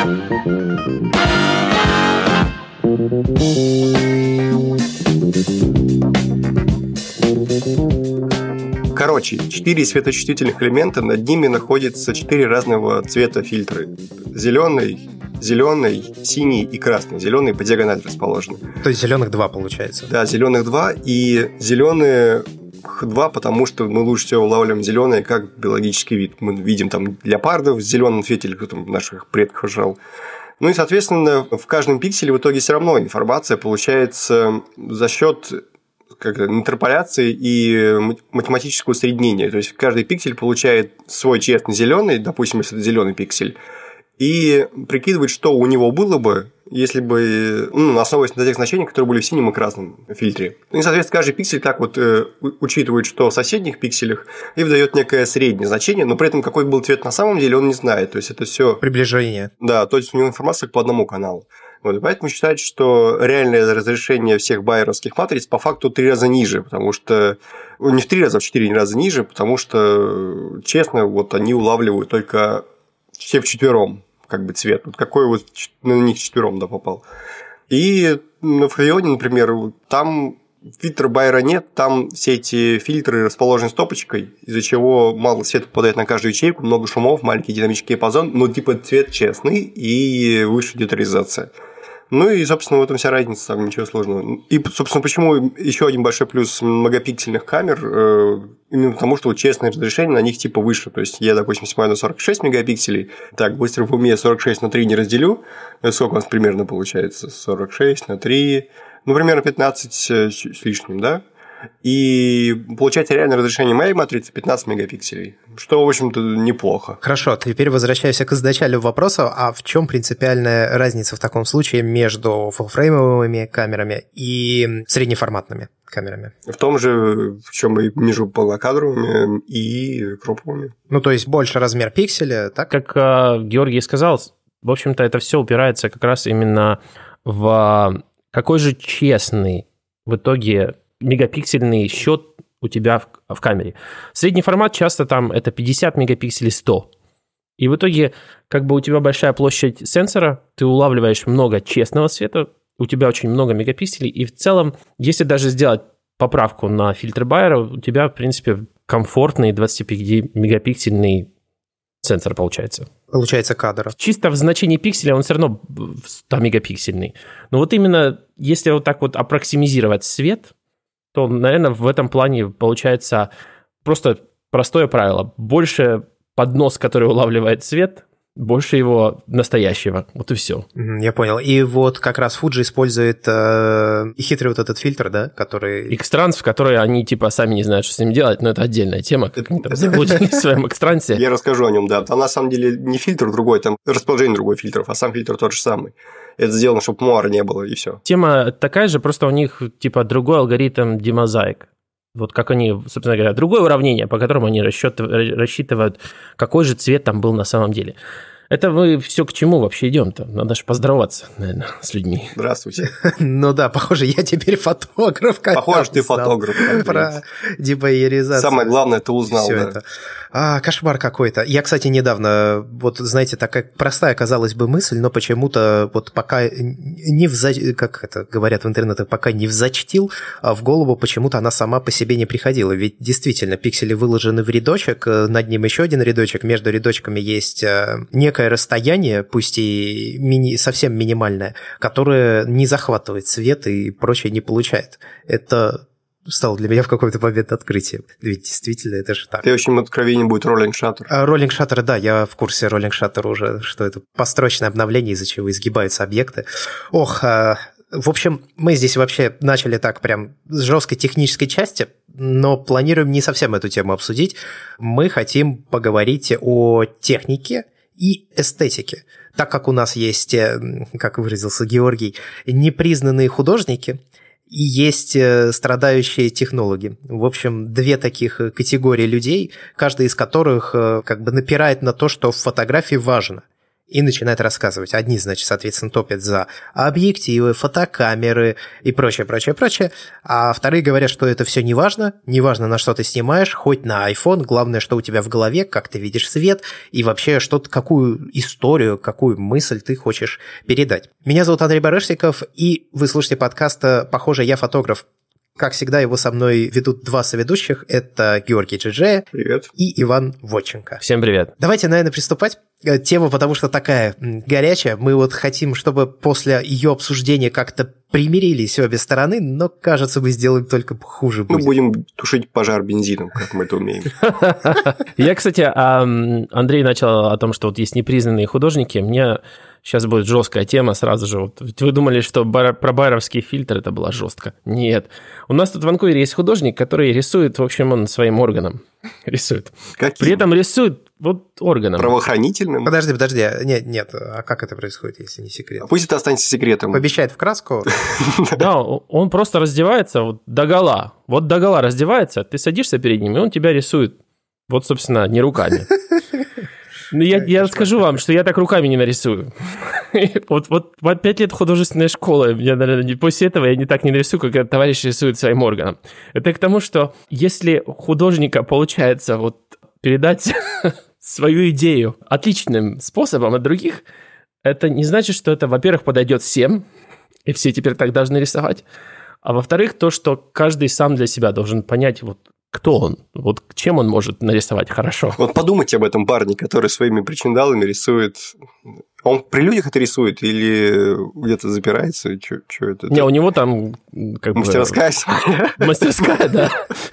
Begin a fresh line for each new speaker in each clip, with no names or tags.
Короче, 4 светочувствительных элемента, над ними находятся 4 разного цвета фильтры. Зеленый, синий и красный. Зеленый по диагонали расположены.
То есть зеленых 2 получается?
Да, зеленых 2, и зеленые 2, потому что мы лучше всего улавливаем зеленые как биологический вид. Мы видим там леопардов в зеленом цвете, или кто там наших предков жрал. Ну и, соответственно, в каждом пикселе в итоге все равно информация получается за счет интерполяции и математического усреднения. То есть каждый пиксель получает свой честный зеленый, допустим, если это зеленый пиксель, и прикидывает, что у него было бы, если бы, основываясь на тех значениях, которые были в синем и красном фильтре. И, соответственно, каждый пиксель так вот учитывает, что в соседних пикселях, и выдает некое среднее значение, но при этом какой был цвет на самом деле он не знает. То есть это все
приближение.
Да, то есть у него информация по одному каналу. Вот, и поэтому считается, что реальное разрешение всех байеровских матриц по факту 3 раза ниже, потому что не в 3 раза, а в 4 раза ниже, потому что, честно, вот они улавливают только все вчетвером цвет. Вот какой вот на них четвером попал. И в Фреоне, например, там фильтра Байера нет, там все эти фильтры расположены стопочкой, из-за чего мало света попадает на каждую ячейку, много шумов, маленький динамический диапазон, но цвет честный и выше детализация. Ну и, собственно, в этом вся разница, там ничего сложного. И, собственно, почему еще один большой плюс многопиксельных камер, именно потому, что честное разрешение на них выше. То есть я, допустим, снимаю на 46 мегапикселей, так, быстро в уме 46 на 3 не разделю, сколько у нас примерно получается? 46 на 3, примерно 15 с лишним, да? И получается реальное разрешение моей матрицы 15 мегапикселей, что, в общем-то, неплохо.
Хорошо, теперь возвращаюсь к изначальному вопросу, а в чем принципиальная разница в таком случае между фуллфреймовыми камерами и среднеформатными камерами?
В том же, в чем и между полнокадровыми и кроповыми.
То есть больше размер пикселя, так?
Как Георгий сказал, в общем-то, это все упирается как раз именно в какой же честный в итоге мегапиксельный счет у тебя в камере. Средний формат часто там это 50 мегапикселей, 100. И в итоге у тебя большая площадь сенсора, ты улавливаешь много честного света, у тебя очень много мегапикселей, и в целом, если даже сделать поправку на фильтр Байера, у тебя, в принципе, комфортный 25-мегапиксельный сенсор получается.
Получается кадр.
Чисто в значении пикселя он все равно 100-мегапиксельный. Но вот именно если вот так вот аппроксимизировать свет, то, наверное, в этом плане получается просто простое правило. Больше поднос, который улавливает свет, больше его настоящего. Вот и все.
Я понял. И вот как раз Fuji использует хитрый вот этот фильтр, да, который...
Экстранс, в который они сами не знают, что с ним делать, но это отдельная тема, как они там заблудились в своем экстрансе.
Я расскажу о нем, да. Там на самом деле не фильтр другой, там расположение другой фильтров, а сам фильтр тот же самый. Это сделано, чтобы муара не было, и все.
Тема такая же, просто у них другой алгоритм демозаик. Вот как они, собственно говоря, другое уравнение, по которому они рассчитывают, какой же цвет там был на самом деле. Это мы все к чему вообще идем-то? Надо же поздороваться, наверное, с людьми.
Здравствуйте.
Ну да, похоже, я теперь фотограф.
Похоже, ты фотограф.
Про дебайеризацию.
Самое главное, ты узнал,
всё
да.
это. Кошмар какой-то. Я, кстати, недавно, вот, знаете, такая простая, казалось бы, мысль, но почему-то вот пока как это говорят в интернете, пока не взачтил, в голову почему-то она сама по себе не приходила. Ведь действительно, пиксели выложены в рядочек, над ним еще один рядочек, между рядочками есть некое расстояние, пусть и совсем минимальное, которое не захватывает свет и прочее не получает. Это стало для меня в какой-то момент открытием. Ведь действительно, это же так.
Ты очень откровенен будет Rolling Shutter.
Rolling Shutter, да, я в курсе Rolling Shutter уже, что это построчное обновление, из-за чего изгибаются объекты. В общем, мы здесь вообще начали так прям с жесткой технической части, но планируем не совсем эту тему обсудить. Мы хотим поговорить о технике и эстетике. Так как у нас есть, как выразился Георгий, непризнанные художники, и есть страдающие технологи. В общем, две таких категории людей, каждая из которых напирает на то, что в фотографии важно. и начинает рассказывать. Одни, значит, соответственно, топят за объективы, фотокамеры и прочее, а вторые говорят, что это все неважно, на что ты снимаешь, хоть на iPhone, главное, что у тебя в голове, как ты видишь свет, и вообще что-то, какую историю, какую мысль ты хочешь передать. Меня зовут Андрей Барышников, и вы слушаете подкаст «Похоже, я фотограф». Как всегда, его со мной ведут два соведущих. Это Георгий Джиджея.
Привет.
И Иван Вотченко.
Всем привет.
Давайте, наверное, приступать. Тема, потому что такая горячая. Мы вот хотим, чтобы после ее обсуждения как-то примирились обе стороны, но, кажется, мы сделаем только хуже будет.
Мы будем тушить пожар бензином, как мы это умеем.
Я, кстати, Андрей начал о том, что вот есть непризнанные художники. Мне сейчас будет жесткая тема сразу же. Вот вы думали, что про байеровский фильтр это было жестко? Нет. У нас тут в Ванкувере есть художник, который рисует, в общем, он своим органом рисует.
Каким?
При этом рисует вот органом.
Правоохранительным?
Подожди. Нет. А как это происходит, если не секрет?
Пусть это останется секретом.
Помещает в краску?
Да, он просто раздевается вот догола. Вот догола раздевается, ты садишься перед ним, и он тебя рисует. Вот, собственно, не руками. Ну, я скажу вам, что я так руками не нарисую. Вот 5 лет художественной школы, после этого я так не нарисую, как этот товарищ рисует своим органом. Это к тому, что если у художника получается вот передать свою идею отличным способом от других, это не значит, что это, во-первых, подойдет всем, и все теперь так должны рисовать, а во-вторых, то, что каждый сам для себя должен понять, вот кто он, вот чем он может нарисовать хорошо.
Вот подумайте об этом парне, который своими причиндалами рисует. Он при людях это рисует или где-то запирается? Что это?
Не, у него там как
мастерская.
Мастерская, да.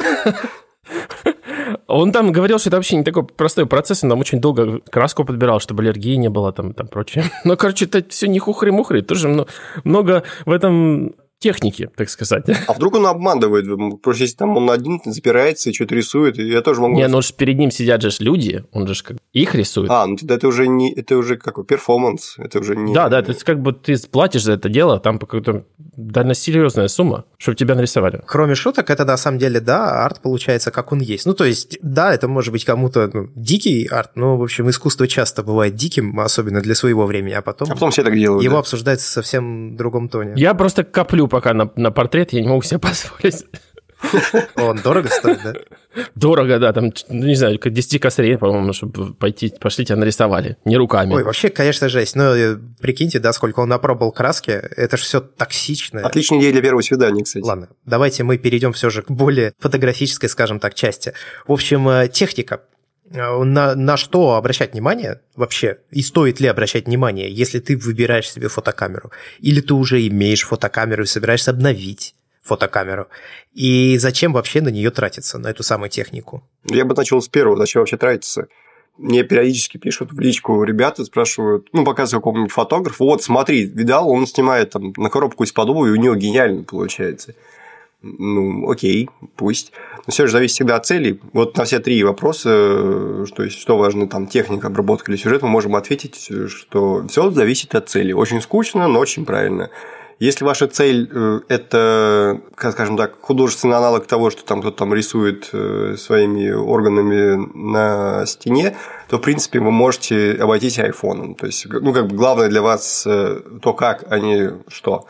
Он там говорил, что это вообще не такой простой процесс, он там очень долго краску подбирал, чтобы аллергии не было, там прочее. Но, короче, это все не хухры-мухры, тоже много в этом техники, так сказать.
А вдруг он обманывает? Потому что если там он один запирается и что-то рисует, я тоже могу...
Не, ну ж перед ним сидят же люди, он же как их рисует.
Ну тогда это уже не... Это уже какой перформанс, это уже не...
Да, это как бы ты платишь за это дело, там какая-то довольно серьезная сумма, чтобы тебя нарисовали.
Кроме шуток, это на самом деле, да, арт получается, как он есть. Ну, то есть, да, это может быть кому-то дикий арт, но, в общем, искусство часто бывает диким, особенно для своего времени, а потом
все так делают.
Его обсуждается в совсем другом тоне.
Я просто коплю пока на портрет, я не могу себе позволить.
Он дорого стоит, да?
Дорого, да, там, не знаю, 10 косарей, по-моему, чтобы пошли тебя нарисовали, не руками.
Ой, вообще, конечно, жесть, но прикиньте, да, сколько он напробовал краски, это же все токсично.
Отличная идея для первого свидания, кстати.
Ладно, давайте мы перейдем все же к более фотографической, скажем так, части. В общем, техника. На что обращать внимание вообще? И стоит ли обращать внимание, если ты выбираешь себе фотокамеру? Или ты уже имеешь фотокамеру и собираешься обновить фотокамеру? И зачем вообще на нее тратиться, на эту самую технику?
Я бы начал с первого. Зачем вообще тратиться? Мне периодически пишут в личку ребята, спрашивают, показывают какому-нибудь фотографу, вот смотри, видал, он снимает там на коробку из-под обуви, и у него гениально получается. Окей, пусть. Но все же зависит всегда от целей. Вот на все 3 вопроса, что важно, там, техника, обработка или сюжет, мы можем ответить, что все зависит от цели. Очень скучно, но очень правильно. Если ваша цель – это, скажем так, художественный аналог того, что там кто-то там рисует своими органами на стене, то, в принципе, вы можете обойтись айфоном. То есть, главное для вас то, как, а не что.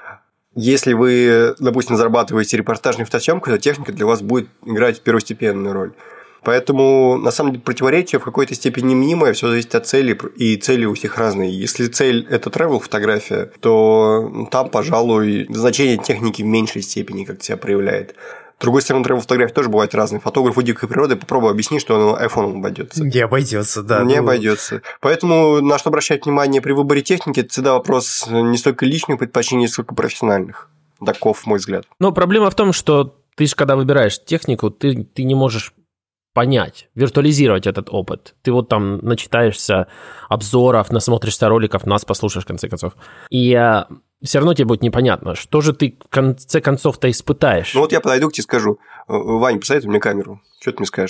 Если вы, допустим, зарабатываете репортажной фотосъемкой, то техника для вас будет играть первостепенную роль. Поэтому, на самом деле, противоречие в какой-то степени мнимое, все зависит от цели, и цели у всех разные. Если цель – это travel-фотография, то там, пожалуй, значение техники в меньшей степени как себя проявляет. С другой стороны, travel-фотографии тоже бывают разные. Фотографу дикой природы попробуй объяснить, что он айфоном обойдется.
Не обойдется, да.
Не обойдется. Поэтому на что обращать внимание при выборе техники, это всегда вопрос не столько личных предпочтений, сколько профессиональных. Таков мой взгляд.
Но проблема в том, что ты же, когда выбираешь технику, ты не можешь понять, виртуализировать этот опыт. Ты вот там начитаешься обзоров, насмотришься роликов, нас послушаешь, в конце концов. И все равно тебе будет непонятно, что же ты в конце концов-то испытаешь.
Я подойду к тебе и скажу, Вань, посоветуй мне камеру. Что ты мне скажешь?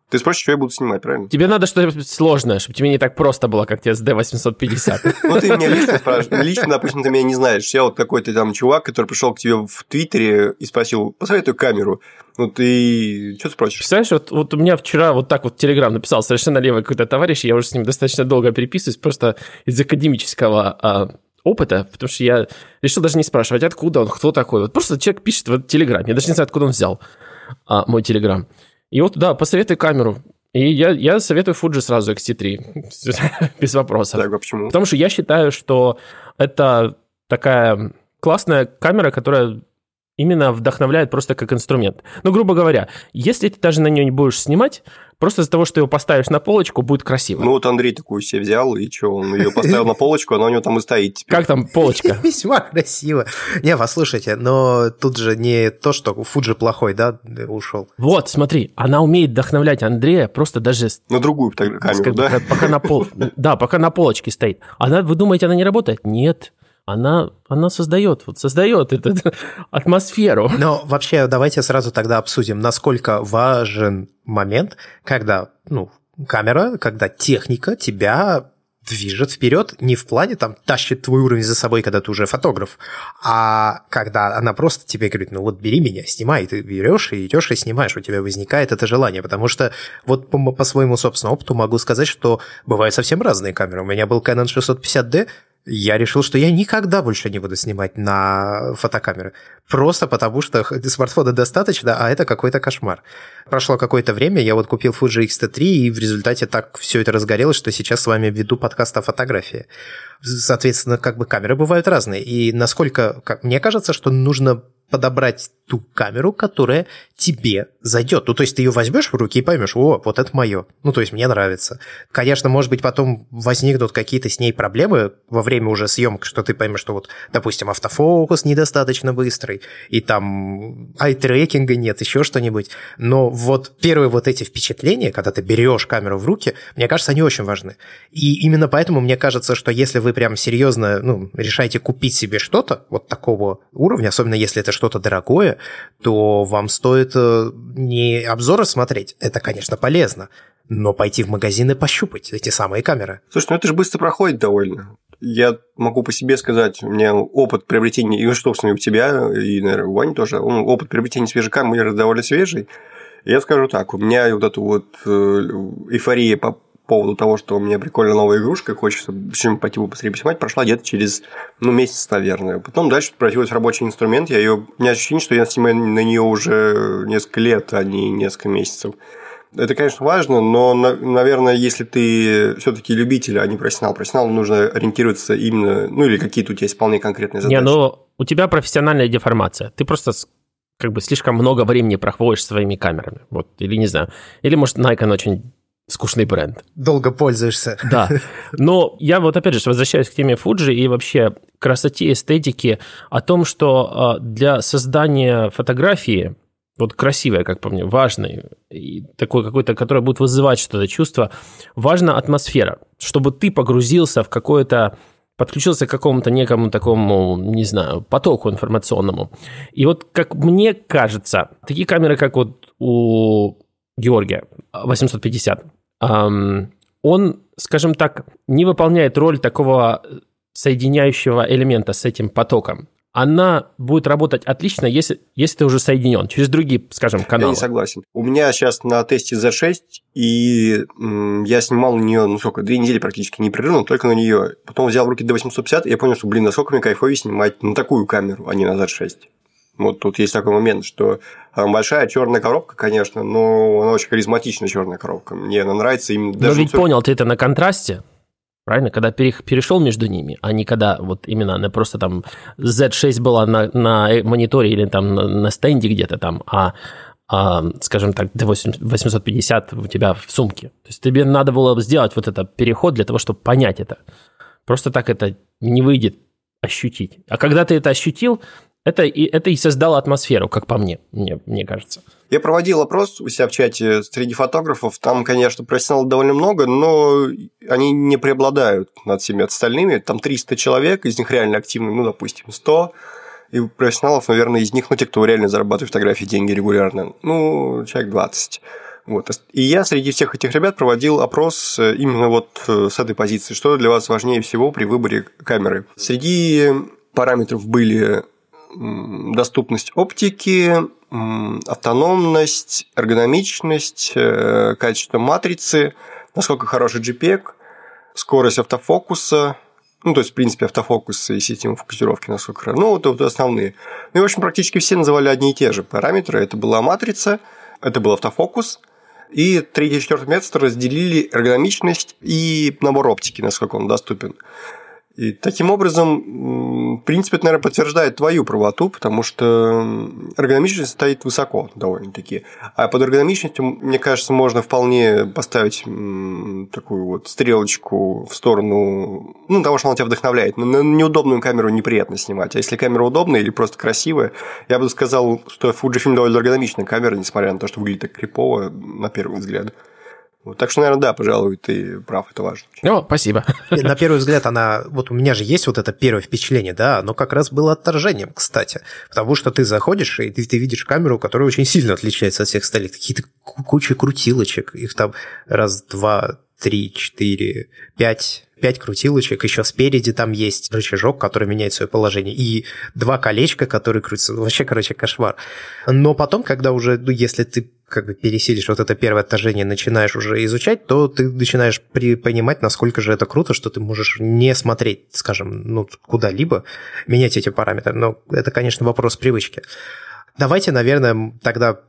Ты спросишь, что я буду снимать, правильно?
Тебе надо что-то сложное, чтобы тебе не так просто было, как тебе с D850.
Ну, ты меня лично спрашиваешь. Лично, допустим, ты меня не знаешь. Я вот какой-то там чувак, который пришел к тебе в Твиттере и спросил, посоветуй камеру. Ну, ты что спросишь?
Представляешь, вот у меня вчера вот так вот Телеграм написал совершенно левый какой-то товарищ, я уже с ним достаточно долго переписываюсь, просто из академического опыта, потому что я решил даже не спрашивать, откуда он, кто такой. Вот просто человек пишет в Телеграме, я даже не знаю, откуда он взял мой Телеграм. И вот, да, посоветуй камеру. И я советую Fuji сразу X-T3, без вопросов.
Так, а почему?
Потому что я считаю, что это такая классная камера, которая именно вдохновляет просто как инструмент. Ну, грубо говоря, если ты даже на нее не будешь снимать, просто из-за того, что его поставишь на полочку, будет красиво.
Ну, вот Андрей такую себе взял, и что, он ее поставил на полочку, она у него там и стоит теперь.
Как там полочка?
Весьма красиво. Не, послушайте, но тут же не то, что Fuji плохой, да, ушел.
Вот, смотри, она умеет вдохновлять Андрея просто даже...
На другую камеру, да?
Пока на полочке стоит. Вы думаете, она не работает? Нет. Она создает эту атмосферу.
Но вообще давайте сразу тогда обсудим, насколько важен момент, когда камера, когда техника тебя движет вперед, не в плане там тащит твой уровень за собой, когда ты уже фотограф, а когда она просто тебе говорит, ну вот бери меня, снимай, и ты берешь и идешь и снимаешь, у тебя возникает это желание, потому что вот по своему собственному опыту могу сказать, что бывают совсем разные камеры. У меня был Canon 650D, я решил, что я никогда больше не буду снимать на фотокамеры. Просто потому, что смартфона достаточно, а это какой-то кошмар. Прошло какое-то время, я вот купил Fuji X-T3, и в результате так все это разгорелось, что сейчас с вами веду подкаст о фотографии. Соответственно, как бы камеры бывают разные. И насколько... Мне кажется, что нужно подобрать ту камеру, которая тебе зайдет. Ну, то есть ты ее возьмешь в руки и поймешь, о, вот это мое. Ну, то есть мне нравится. Конечно, может быть, потом возникнут какие-то с ней проблемы во время уже съемок, что ты поймешь, что вот, допустим, автофокус недостаточно быстрый, и там ай-трекинга нет, еще что-нибудь. Но вот первые вот эти впечатления, когда ты берешь камеру в руки, мне кажется, они очень важны. И именно поэтому мне кажется, что если вы прям серьезно решаете купить себе что-то вот такого уровня, особенно если это что-то дорогое, то вам стоит не обзоры смотреть, это, конечно, полезно, но пойти в магазин и пощупать эти самые камеры.
Слушай, это же быстро проходит довольно. Я могу по себе сказать, у меня опыт приобретения, и собственно, и у тебя, и, наверное, у Вани тоже, опыт приобретения свежей камеры довольно свежий. Я скажу так, у меня вот эта вот эйфория по поводу того, что у меня прикольная новая игрушка, хочется пойти побыстрее поснимать, прошла где-то через месяц, наверное. Потом дальше превратилась в рабочий инструмент. У меня ощущение, что я снимаю на нее уже несколько лет, а не несколько месяцев. Это, конечно, важно, но, наверное, если ты все-таки любитель, а не профессионал, нужно ориентироваться именно, или какие-то у тебя есть вполне конкретные задачи.
У тебя профессиональная деформация. Ты просто как бы слишком много времени проводишь своими камерами. Вот, или не знаю. Или, может, Nikon очень скучный бренд.
Долго пользуешься.
Да. Но я вот опять же возвращаюсь к теме Fuji и вообще красоте, эстетике, о том, что для создания фотографии, вот красивой, как по мне, важной, и такой какой-то, которая будет вызывать что-то чувство, важна атмосфера, чтобы ты погрузился в какое-то, подключился к какому-то некому такому, не знаю, потоку информационному. И вот, как мне кажется, такие камеры, как вот у Георгия 850, он, скажем так, не выполняет роль такого соединяющего элемента с этим потоком. Она будет работать отлично, если ты уже соединен через другие, скажем, каналы.
Я не согласен. У меня сейчас на тесте Z6, и я снимал на нее, 2 недели практически непрерывно, только на нее. Потом взял в руки D850, и я понял, что, насколько мне кайфовее снимать на такую камеру, а не на Z6. Вот тут есть такой момент, что большая черная коробка, конечно, но она очень харизматичная черная коробка. Мне она нравится именно...
Но ведь понял ты это на контрасте, правильно? Когда перешел между ними, а не когда вот именно она просто там Z6 была на мониторе или там на стенде где-то там, скажем так, D850 у тебя в сумке. То есть тебе надо было сделать вот этот переход для того, чтобы понять это. Просто так это не выйдет ощутить. А когда ты это ощутил, это и создало атмосферу, как по мне кажется.
Я проводил опрос у себя в чате среди фотографов. Там, конечно, профессионалов довольно много, но они не преобладают над всеми остальными. Там 300 человек, из них реально активны, допустим, 100. И профессионалов, наверное, из них, те, кто реально зарабатывает фотографии деньги регулярно, человек 20. Вот. И я среди всех этих ребят проводил опрос именно вот с этой позиции. Что для вас важнее всего при выборе камеры? Среди параметров были доступность оптики, автономность, эргономичность, качество матрицы, насколько хороший JPEG, скорость автофокуса, ну, то есть, в принципе, автофокус и система фокусировки, насколько хорошо. Ну, вот основные. Ну, и, в общем, практически все называли одни и те же параметры. Это была матрица, это был автофокус, и 3-й и 4-й метод разделили эргономичность и набор оптики, насколько он доступен. И таким образом, в принципе, это, наверное, подтверждает твою правоту, потому что эргономичность стоит высоко довольно-таки. А под эргономичностью, мне кажется, можно вполне поставить такую вот стрелочку в сторону, ну, того, что она тебя вдохновляет. Но на неудобную камеру неприятно снимать. А если камера удобная или просто красивая, я бы сказал, что Fujifilm довольно эргономичная камера, несмотря на то, что выглядит так крипово на первый взгляд. Вот, так что, наверное, да, пожалуй, ты прав, это важно.
О, спасибо.
И на первый взгляд она... Вот у меня же есть вот это первое впечатление, да, оно как раз было отторжением, кстати. Потому что ты заходишь, и ты видишь камеру, которая очень сильно отличается от всех остальных. Какие-то куча крутилочек. Их там 1, 2, 3, 4, 5 крутилочек. Еще спереди там есть рычажок, который меняет свое положение. И 2 колечка, которые крутятся. Вообще, короче, кошмар. Но потом, когда уже, ну, если ты как бы пересилишь вот это первое отторжение, начинаешь уже изучать, то ты начинаешь понимать, насколько же это круто, что ты можешь не смотреть, скажем, ну, куда-либо, менять эти параметры. Но это, конечно, вопрос привычки. Давайте, наверное, тогда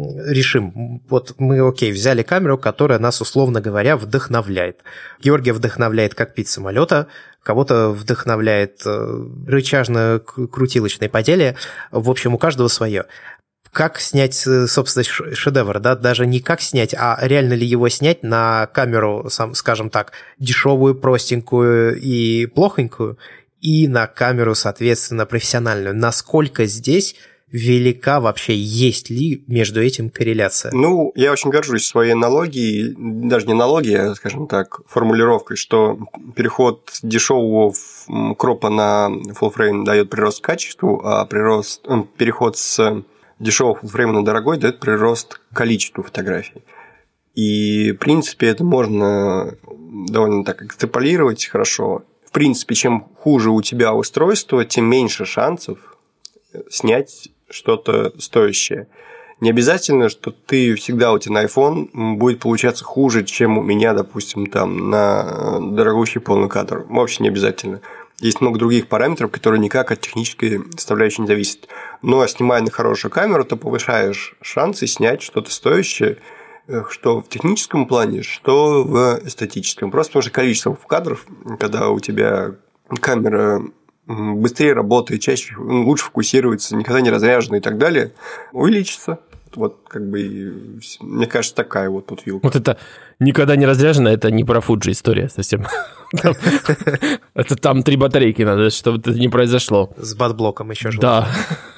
решим. Вот мы, окей, взяли камеру, которая нас, условно говоря, вдохновляет. Георгия вдохновляет кокпит самолета, кого-то вдохновляет рычажно-крутилочное поделие. В общем, у каждого свое. Как снять, собственно, шедевр, да, даже не как снять, а реально ли его снять на камеру, скажем так, дешевую, простенькую и плохонькую, и на камеру, соответственно, профессиональную. Насколько здесь велика вообще, есть ли между этим корреляция?
Ну, я очень горжусь своей аналогией, даже не аналогией, а, скажем так, формулировкой, что переход с дешевого кропа на full frame дает прирост к качеству, а переход с дешевого фуллфрейма на дорогой дает прирост к количеству фотографий. И, в принципе, это можно довольно так экстраполировать хорошо. В принципе, чем хуже у тебя устройство, тем меньше шансов снять что-то стоящее. Не обязательно, что ты всегда у тебя на iPhone будет получаться хуже, чем у меня, допустим, там на дорогущий полный кадр. Вообще не обязательно. Есть много других параметров, которые никак от технической составляющей не зависят. Но снимая на хорошую камеру, ты повышаешь шансы снять что-то стоящее, что в техническом плане, что в эстетическом. Просто потому что количество кадров, когда у тебя камера быстрее работает, чаще, лучше фокусируется, никогда не разряжена и так далее, увеличится. Вот, как бы, мне кажется, такая вот тут вилка.
Вот это никогда не разряжено, это не про Fuji история совсем. Это там 3 батарейки надо, чтобы это не произошло.
С батблоком еще же.
Да.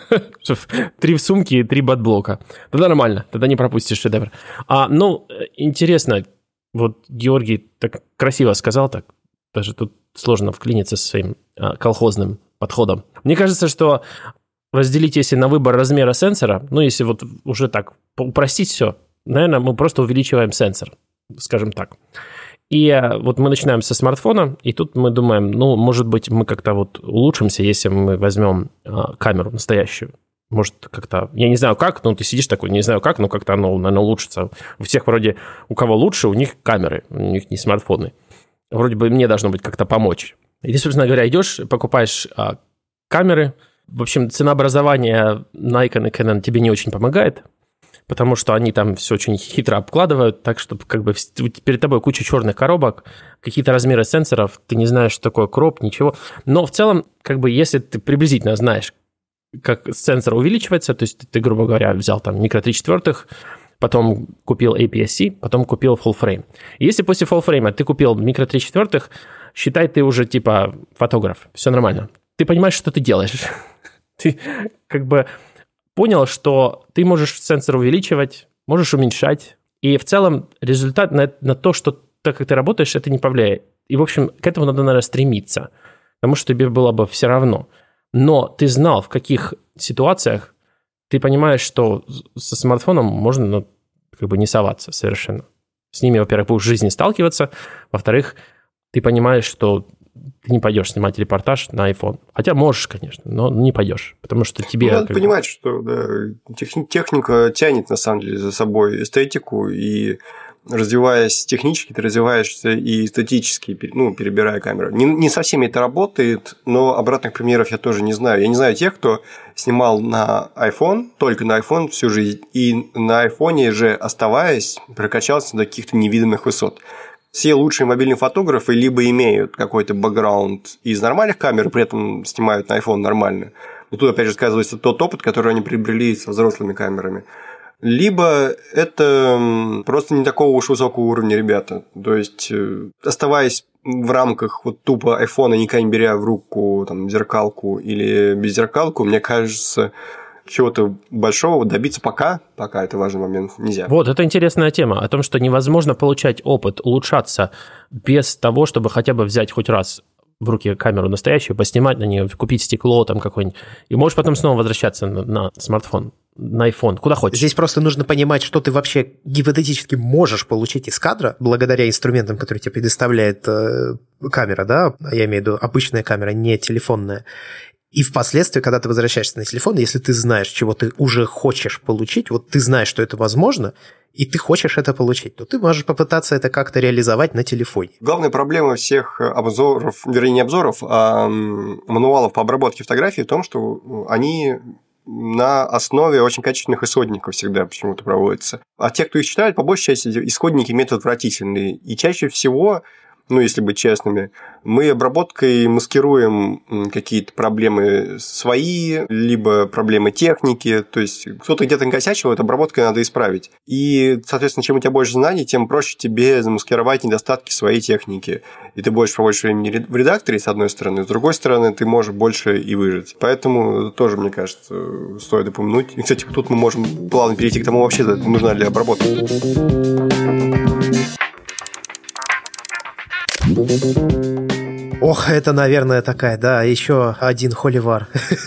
3 в сумке и 3 батблока. Тогда нормально, тогда не пропустишь шедевр. Ну, интересно, вот Георгий так красиво сказал, так даже тут сложно вклиниться со своим колхозным подходом. Мне кажется, что разделить, если на выбор размера сенсора, ну, если вот уже так упростить все, наверное, мы просто увеличиваем сенсор, скажем так. И вот мы начинаем со смартфона, и тут мы думаем, ну, может быть, мы как-то вот улучшимся, если мы возьмем камеру настоящую. Может, как-то, я не знаю как, но ты сидишь такой, не знаю как, но как-то оно, наверное, улучшится. У всех вроде, у кого лучше, у них камеры, у них не смартфоны. Вроде бы мне должно быть как-то помочь. И ты, собственно говоря, идешь, покупаешь камеры. В общем, ценообразование Nikon и Canon тебе не очень помогает, потому что они там все очень хитро обкладывают, так что как бы перед тобой куча черных коробок, какие-то размеры сенсоров, ты не знаешь, что такое кроп, ничего. Но в целом, как бы, если ты приблизительно знаешь, как сенсор увеличивается, то есть ты, грубо говоря, взял там микро 3/4, потом купил APS-C, потом купил full frame. И если после full frame ты купил микро 3/4, считай, ты уже типа фотограф, все нормально. Ты понимаешь, что ты делаешь. Ты как бы понял, что ты можешь сенсор увеличивать, можешь уменьшать, и в целом результат на то, что так как ты работаешь, это не повлияет. И, в общем, к этому надо, наверное, стремиться, потому что тебе было бы все равно. Но ты знал, в каких ситуациях ты понимаешь, что со смартфоном можно как бы не соваться совершенно. С ними, во-первых, будешь в жизни сталкиваться, во-вторых, ты понимаешь, что ты не пойдешь снимать репортаж на iPhone. Хотя можешь, конечно, но не пойдешь, потому что тебе...
Надо понимать, что техника тянет, на самом деле, за собой эстетику, и развиваясь технически, ты развиваешься и эстетически, перебирая камеру. Не со всеми это работает, но обратных примеров я тоже не знаю. Я не знаю тех, кто снимал на iPhone, только на iPhone всю жизнь, и на iPhone же оставаясь, прокачался до каких-то невиданных высот. Все лучшие мобильные фотографы либо имеют какой-то бэкграунд из нормальных камер, при этом снимают на iPhone нормально. Но тут, опять же, сказывается тот опыт, который они приобрели со взрослыми камерами. Либо это просто не такого уж высокого уровня ребята. То есть, оставаясь в рамках вот тупо айфона, никогда не беря в руку там, зеркалку или беззеркалку, мне кажется, чего-то большого добиться пока это важный момент, нельзя.
Вот, это интересная тема, о том, что невозможно получать опыт, улучшаться без того, чтобы хотя бы взять хоть раз в руки камеру настоящую, поснимать на нее, купить стекло там какое-нибудь, и можешь потом снова возвращаться на смартфон, на iPhone, куда хочешь.
Здесь просто нужно понимать, что ты вообще гипотетически можешь получить из кадра благодаря инструментам, которые тебе предоставляет камера, да, я имею в виду обычная камера, не телефонная. И впоследствии, когда ты возвращаешься на телефон, если ты знаешь, чего ты уже хочешь получить, вот ты знаешь, что это возможно, и ты хочешь это получить, то ты можешь попытаться это как-то реализовать на телефоне.
Главная проблема всех обзоров, вернее, не обзоров, а мануалов по обработке фотографий в том, что они на основе очень качественных исходников всегда почему-то проводятся. А те, кто их читают, по большей части исходники имеют отвратительные. И чаще всего, если быть честными, мы обработкой маскируем какие-то проблемы свои, либо проблемы техники, то есть кто-то где-то накосячил, эту обработкой надо исправить. И, соответственно, чем у тебя больше знаний, тем проще тебе замаскировать недостатки своей техники. И ты больше проводишь времени в редакторе, с одной стороны, с другой стороны, ты можешь больше и выжить. Поэтому тоже, мне кажется, стоит упомянуть. И, кстати, тут мы можем плавно перейти к тому, вообще нужна ли обработка.
Ох, это, наверное, такая, да, еще один холивар.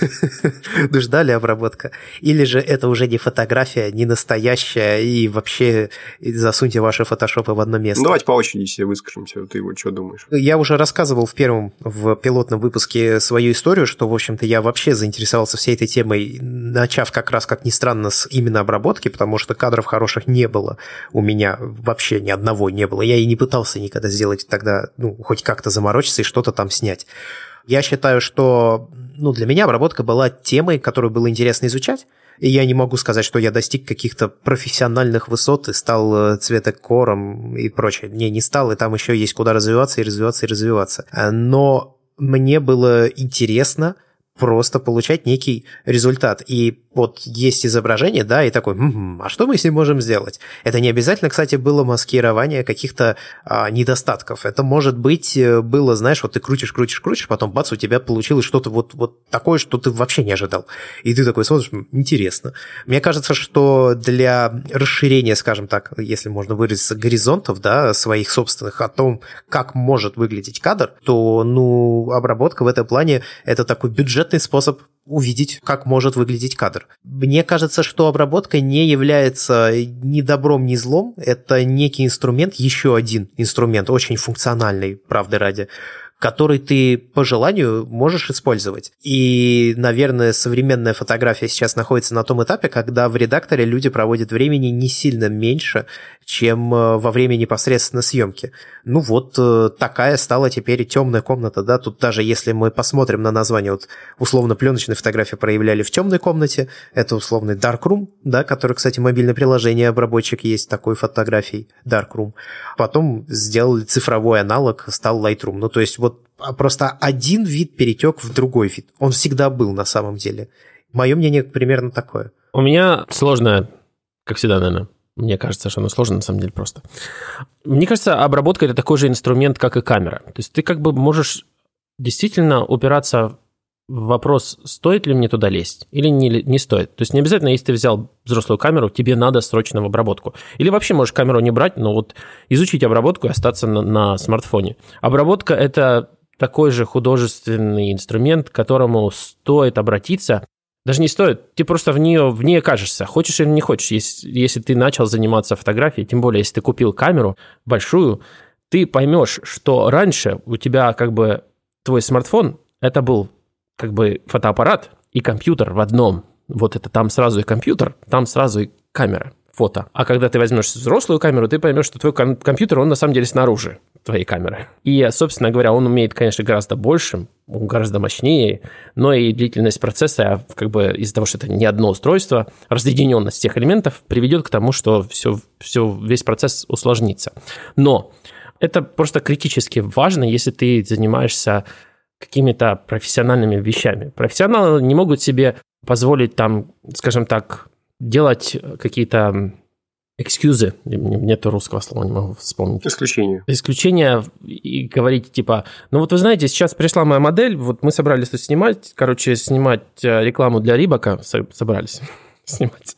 Ждали обработка. Или же это уже не фотография, не настоящая, и вообще засуньте ваши фотошопы в одно место.
Давайте по очереди себе выскажемся. Ты вот что думаешь?
Я уже рассказывал в пилотном выпуске свою историю, что, в общем-то, я вообще заинтересовался всей этой темой, начав как раз, как ни странно, с именно обработки, потому что кадров хороших не было у меня, вообще ни одного не было. Я и не пытался никогда сделать тогда, хоть как-то заморочиться и что-то там снять. Я считаю, что для меня обработка была темой, которую было интересно изучать, и я не могу сказать, что я достиг каких-то профессиональных высот и стал цветокором и прочее. Не стал, и там еще есть куда развиваться и развиваться и развиваться. Но мне было интересно просто получать некий результат. И вот есть изображение, да, и такой, а что мы с ним можем сделать? Это не обязательно, кстати, было маскирование каких-то недостатков. Это, может быть, было, знаешь, вот ты крутишь, потом бац, у тебя получилось что-то вот такое, что ты вообще не ожидал. И ты такой смотришь, интересно. Мне кажется, что для расширения, скажем так, если можно выразиться, горизонтов, да, своих собственных о том, как может выглядеть кадр, то, обработка в этом плане – это такой бюджетный способ увидеть, как может выглядеть кадр. Мне кажется, что обработка не является ни добром, ни злом. Это некий инструмент, еще один инструмент, очень функциональный, правды ради, который ты по желанию можешь использовать. И, наверное, современная фотография сейчас находится на том этапе, когда в редакторе люди проводят времени не сильно меньше, чем во время непосредственно съемки. Такая стала теперь темная комната, да, тут даже если мы посмотрим на название, условно пленочные фотографии проявляли в темной комнате, это условный Darkroom, да, который, кстати, мобильное приложение, обработчик есть такой фотографий, Darkroom. Потом сделали цифровой аналог, стал Lightroom. То есть просто один вид перетек в другой вид. Он всегда был на самом деле. Мое мнение примерно такое.
У меня сложное, как всегда, наверное. Мне кажется, что оно сложно, на самом деле, просто. Мне кажется, обработка – это такой же инструмент, как и камера. То есть ты можешь действительно упираться в вопрос, стоит ли мне туда лезть или не стоит. То есть не обязательно, если ты взял взрослую камеру, тебе надо срочно в обработку. Или вообще можешь камеру не брать, но изучить обработку и остаться на смартфоне. Обработка – это такой же художественный инструмент, к которому стоит обратиться Даже не стоит. Ты просто в ней кажешься. Хочешь или не хочешь. Если ты начал заниматься фотографией, тем более, если ты купил камеру большую, ты поймешь, что раньше у тебя как бы твой смартфон, это был как бы фотоаппарат и компьютер в одном. Вот это там сразу и компьютер, там сразу и камера, фото. А когда ты возьмешь взрослую камеру, ты поймешь, что твой компьютер, он на самом деле снаружи твоей камеры. И, собственно говоря, он умеет, конечно, гораздо больше, он гораздо мощнее, но и длительность процесса, как бы из-за того, что это не одно устройство, разъединенность всех элементов приведет к тому, что весь процесс усложнится. Но это просто критически важно, если ты занимаешься какими-то профессиональными вещами. Профессионалы не могут себе позволить там, скажем так, делать какие-то экскьюзы, нету русского слова, не могу вспомнить. Исключения и говорить типа, ну вот вы знаете, сейчас пришла моя модель, вот мы собрались тут снимать рекламу для Рибака, собрались снимать.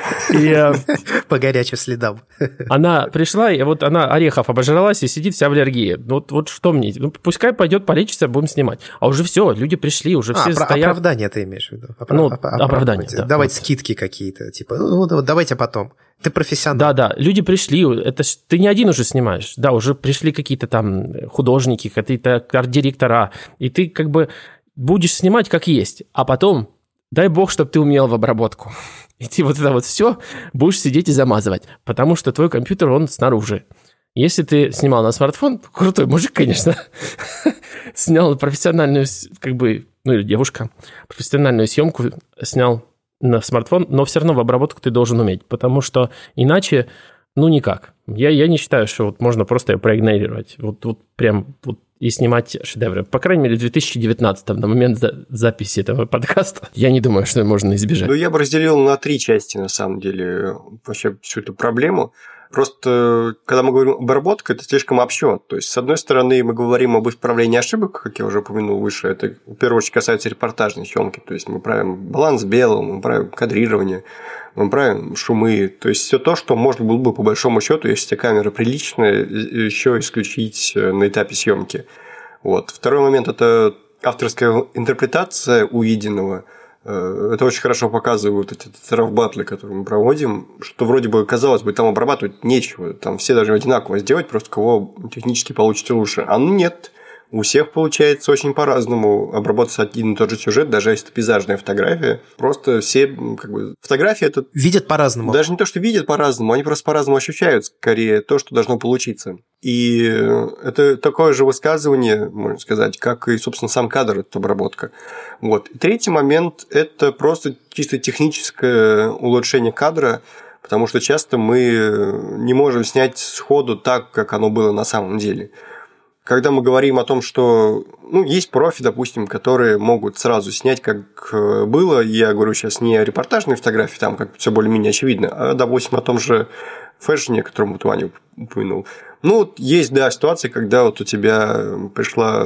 По горячим следам.
Она пришла, и вот она орехов обожралась и сидит вся в аллергии. Вот что мне? Ну, пускай пойдет полечится, будем снимать. А уже все, люди пришли, уже все стоят.
Оправдание ты имеешь в виду?
Оправдание, да.
Давать скидки какие-то, типа, давайте потом. Ты профессионал.
Да, люди пришли, ты не один уже снимаешь. Да, уже пришли какие-то там художники, какие-то арт-директора, и ты как бы будешь снимать как есть, а потом... Дай бог, чтобы ты умел в обработку. И ты вот это вот все будешь сидеть и замазывать, потому что твой компьютер, он снаружи. Если ты снимал на смартфон, крутой мужик, конечно, снял профессиональную, как бы, ну или девушка, профессиональную съемку снял на смартфон, но все равно в обработку ты должен уметь, потому что иначе, ну никак. Я не считаю, что вот можно просто ее проигнорировать. Вот прям вот и снимать шедевры. По крайней мере, в 2019 на момент записи этого подкаста. Я не думаю, что можно избежать.
Ну, я бы разделил на 3 части, на самом деле, вообще всю эту проблему. Просто, когда мы говорим обработка, это слишком общо. То есть, с одной стороны, мы говорим об исправлении ошибок, как я уже упомянул выше, это в первую очередь касается репортажной съемки. То есть, мы правим баланс белого, мы правим кадрирование, мы правим шумы. То есть, все то, что можно было бы, по большому счету, если у тебя камера приличная, еще исключить на этапе съемки. Вот. Второй момент – это авторская интерпретация увиденного. Это очень хорошо показывают эти раф-баттлы, которые мы проводим, что вроде бы, казалось бы, там обрабатывать нечего, там все должны одинаково сделать, просто кого технически получится лучше. А ну нет, у всех получается очень по-разному обработать один и тот же сюжет, даже если это пейзажная фотография. Просто все, как бы, фотографии это...
Видят по-разному.
Даже не то, что видят по-разному, они просто по-разному ощущают, скорее, то, что должно получиться. И это такое же высказывание, можно сказать, как и, собственно, сам кадр, это обработка. Вот. И третий момент – это просто чисто техническое улучшение кадра, потому что часто мы не можем снять сходу так, как оно было на самом деле. Когда мы говорим о том, что есть профи, допустим, которые могут сразу снять, как было, я говорю сейчас не о репортажной фотографии, там как все более-менее очевидно, а, допустим, о том же фэшне, о котором вот Ваня упомянул. Есть, да, ситуация, когда вот у тебя пришла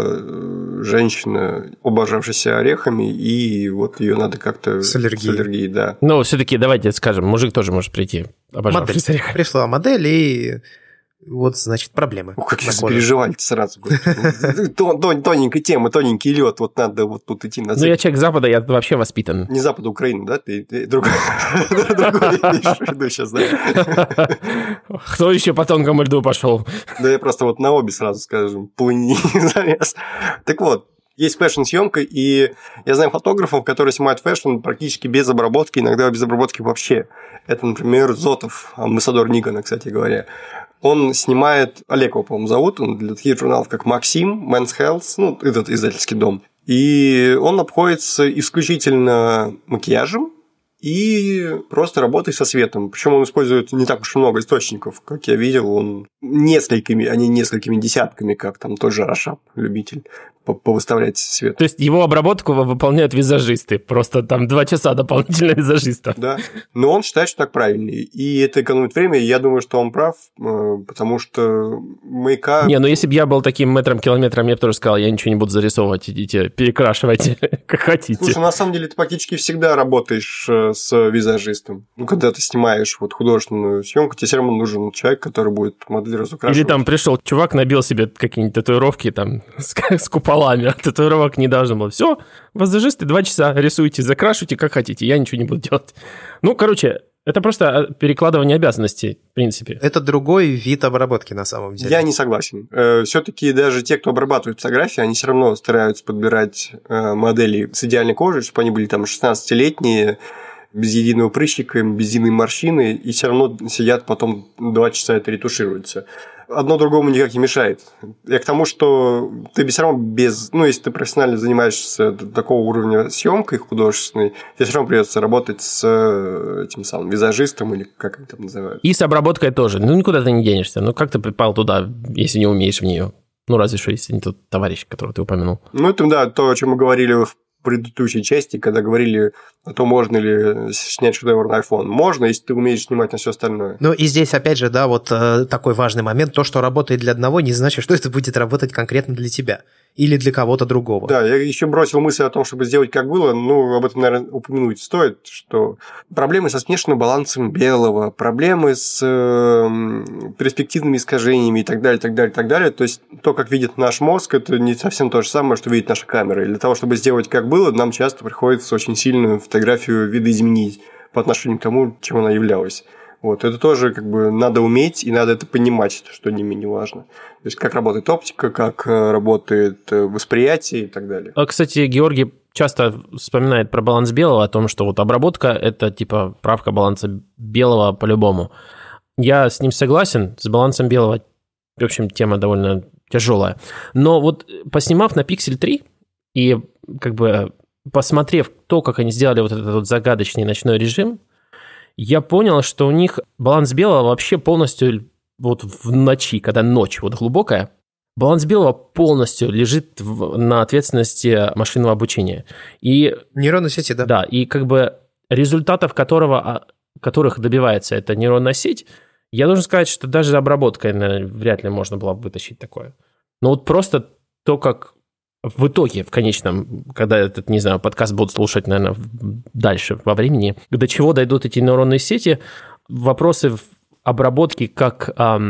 женщина, обожавшаяся орехами, и вот ее надо как-то...
С аллергией,
да.
Но все-таки давайте скажем, мужик тоже может прийти, обожавшийся орехами.
Пришла модель, и... Вот, значит, проблемы.
Как я запереживали сразу. Тоненькая тема, тоненький лед, вот надо вот тут идти на...
Я человек Запада, я вообще воспитан.
Не Запада, Украины, да? Ты другой имеешь в виду сейчас, да?
Кто еще по тонкому льду пошел?
Да я просто вот на обе сразу, скажем, плыни залез. Так вот, есть фэшн-съемка, и я знаю фотографов, которые снимают фэшн практически без обработки, иногда без обработки вообще. Это, например, Зотов, амбассадор Никона, кстати говоря. Он снимает, Олег его, по-моему, зовут, он для таких журналов, как Максим, Men's Health, этот издательский дом. И он обходится исключительно макияжем и просто работой со светом. Причем он использует не так уж и много источников, как я видел, он несколькими, а не несколькими десятками, как там тот же Рашап, любитель, повыставлять свет.
То есть его обработку выполняют визажисты, просто там 2 часа дополнительно визажистов.
Да, но он считает, что так правильнее, и это экономит время, и я думаю, что он прав, потому что маяка...
Не, если бы я был таким метром-километром, я бы тоже сказал, я ничего не буду зарисовывать, идите, перекрашивайте, как хотите.
Слушай, на самом деле ты практически всегда работаешь с визажистом. Когда ты снимаешь вот художественную съемку, тебе все равно нужен человек, который будет модель разукрашивать.
Или там пришел чувак, набил себе какие-нибудь татуировки, там, скупал полами, татуировок не должно было. Все, визажисты 2 часа рисуйте, закрашивайте, как хотите, я ничего не буду делать. Ну, короче, это просто перекладывание обязанностей, в принципе.
Это другой вид обработки на самом деле.
Я не согласен. Все-таки даже те, кто обрабатывает фотографии, они все равно стараются подбирать модели с идеальной кожей, чтобы они были там 16-летние, без единого прыщика, без единой морщины, и все равно сидят потом 2 часа это ретушируются. Одно другому никак не мешает. Я к тому, что ты все равно если ты профессионально занимаешься такого уровня съемкой художественной, тебе все равно придется работать с этим самым визажистом, или как они там называют.
И с обработкой тоже. Ну, никуда ты не денешься. Ну, как ты попал туда, если не умеешь в нее? Ну, разве что, если не тот товарищ, которого ты упомянул.
Ну, это, да, то, о чем мы говорили в предыдущей части, когда говорили о том, можно ли снять шедевр на iPhone. Можно, если ты умеешь снимать на все остальное.
Ну и здесь, опять же, да, вот такой важный момент. То, что работает для одного, не значит, что это будет работать конкретно для тебя или для кого-то другого.
Да, я еще бросил мысль о том, чтобы сделать как было. Ну, об этом, наверное, упомянуть стоит, что проблемы со смешанным балансом белого, проблемы с перспективными искажениями и так далее, так далее, так далее. То есть, то, как видит наш мозг, это не совсем то же самое, что видит наша камера. И для того, чтобы сделать как было, нам часто приходится очень сильно фотографию видоизменить по отношению к тому, чем она являлась. Вот. Это тоже надо уметь, и надо это понимать, что не менее важно. То есть, как работает оптика, как работает восприятие и так далее.
Кстати, Георгий часто вспоминает про баланс белого, о том, что вот обработка – это типа правка баланса белого по-любому. Я с ним согласен, с балансом белого, в общем, тема довольно тяжелая. Но вот поснимав на Pixel 3 и посмотрев то, как они сделали вот этот вот загадочный ночной режим, я понял, что у них баланс белого вообще полностью вот в ночи, когда ночь вот глубокая, баланс белого полностью лежит на ответственности машинного обучения. И
нейронной сети, да.
Да, и результатов которых добивается эта нейронная сеть, я должен сказать, что даже обработкой, наверное, вряд ли можно было вытащить такое. Но вот просто то, как в итоге, в конечном, когда этот, не знаю, подкаст будут слушать, наверное, дальше во времени, до чего дойдут эти нейронные сети, вопросы обработки как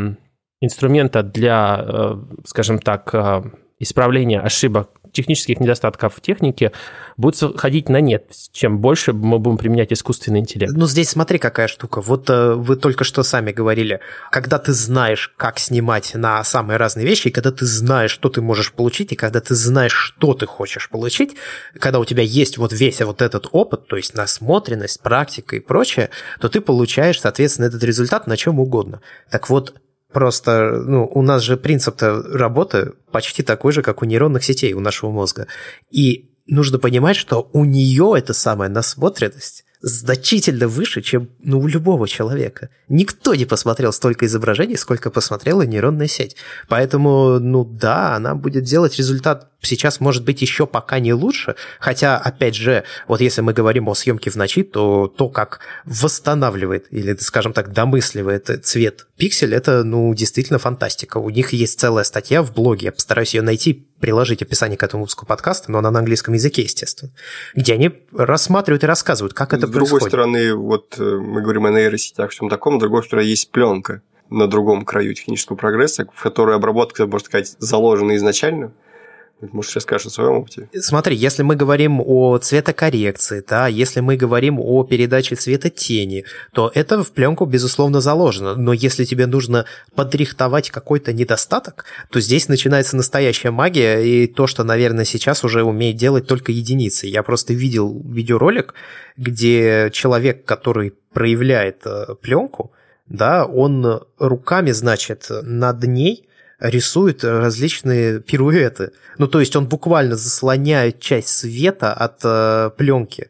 инструмента для, скажем так, исправления ошибок, технических недостатков в технике будут сходить на нет, чем больше мы будем применять искусственный интеллект.
Ну, здесь смотри, какая штука. Вот вы только что сами говорили, когда ты знаешь, как снимать на самые разные вещи, и когда ты знаешь, что ты можешь получить, и когда ты знаешь, что ты хочешь получить, когда у тебя есть вот весь вот этот опыт, то есть насмотренность, практика и прочее, то ты получаешь, соответственно, этот результат на чем угодно. Так вот, просто, у нас же принцип-то работы почти такой же, как у нейронных сетей, у нашего мозга. И нужно понимать, что у нее эта самая насмотренность значительно выше, чем у любого человека. Никто не посмотрел столько изображений, сколько посмотрела нейронная сеть. Поэтому, да, она будет делать результат сейчас, может быть, еще пока не лучше. Хотя, опять же, вот если мы говорим о съемке в ночи, то как восстанавливает или, скажем так, домысливает цвет пиксель, это, действительно фантастика. У них есть целая статья в блоге, я постараюсь ее найти, приложить описание к этому выпуску подкаста, но она на английском языке, естественно, где они рассматривают и рассказывают, как это происходит.
С другой стороны, вот мы говорим о нейросетях, всем таком, с другой стороны, есть пленка на другом краю технического прогресса, в которой обработка, можно сказать, заложена изначально. Может, сейчас скажешь о своем опыте?
Смотри, если мы говорим о цветокоррекции, да, если мы говорим о передаче цвета тени, то это в пленку, безусловно, заложено. Но если тебе нужно подрихтовать какой-то недостаток, то здесь начинается настоящая магия, и то, что, наверное, сейчас уже умеет делать только единицы. Я просто видел видеоролик, где человек, который проявляет пленку, да, он руками, значит, над ней рисует различные пируэты. То есть он буквально заслоняет часть света от пленки,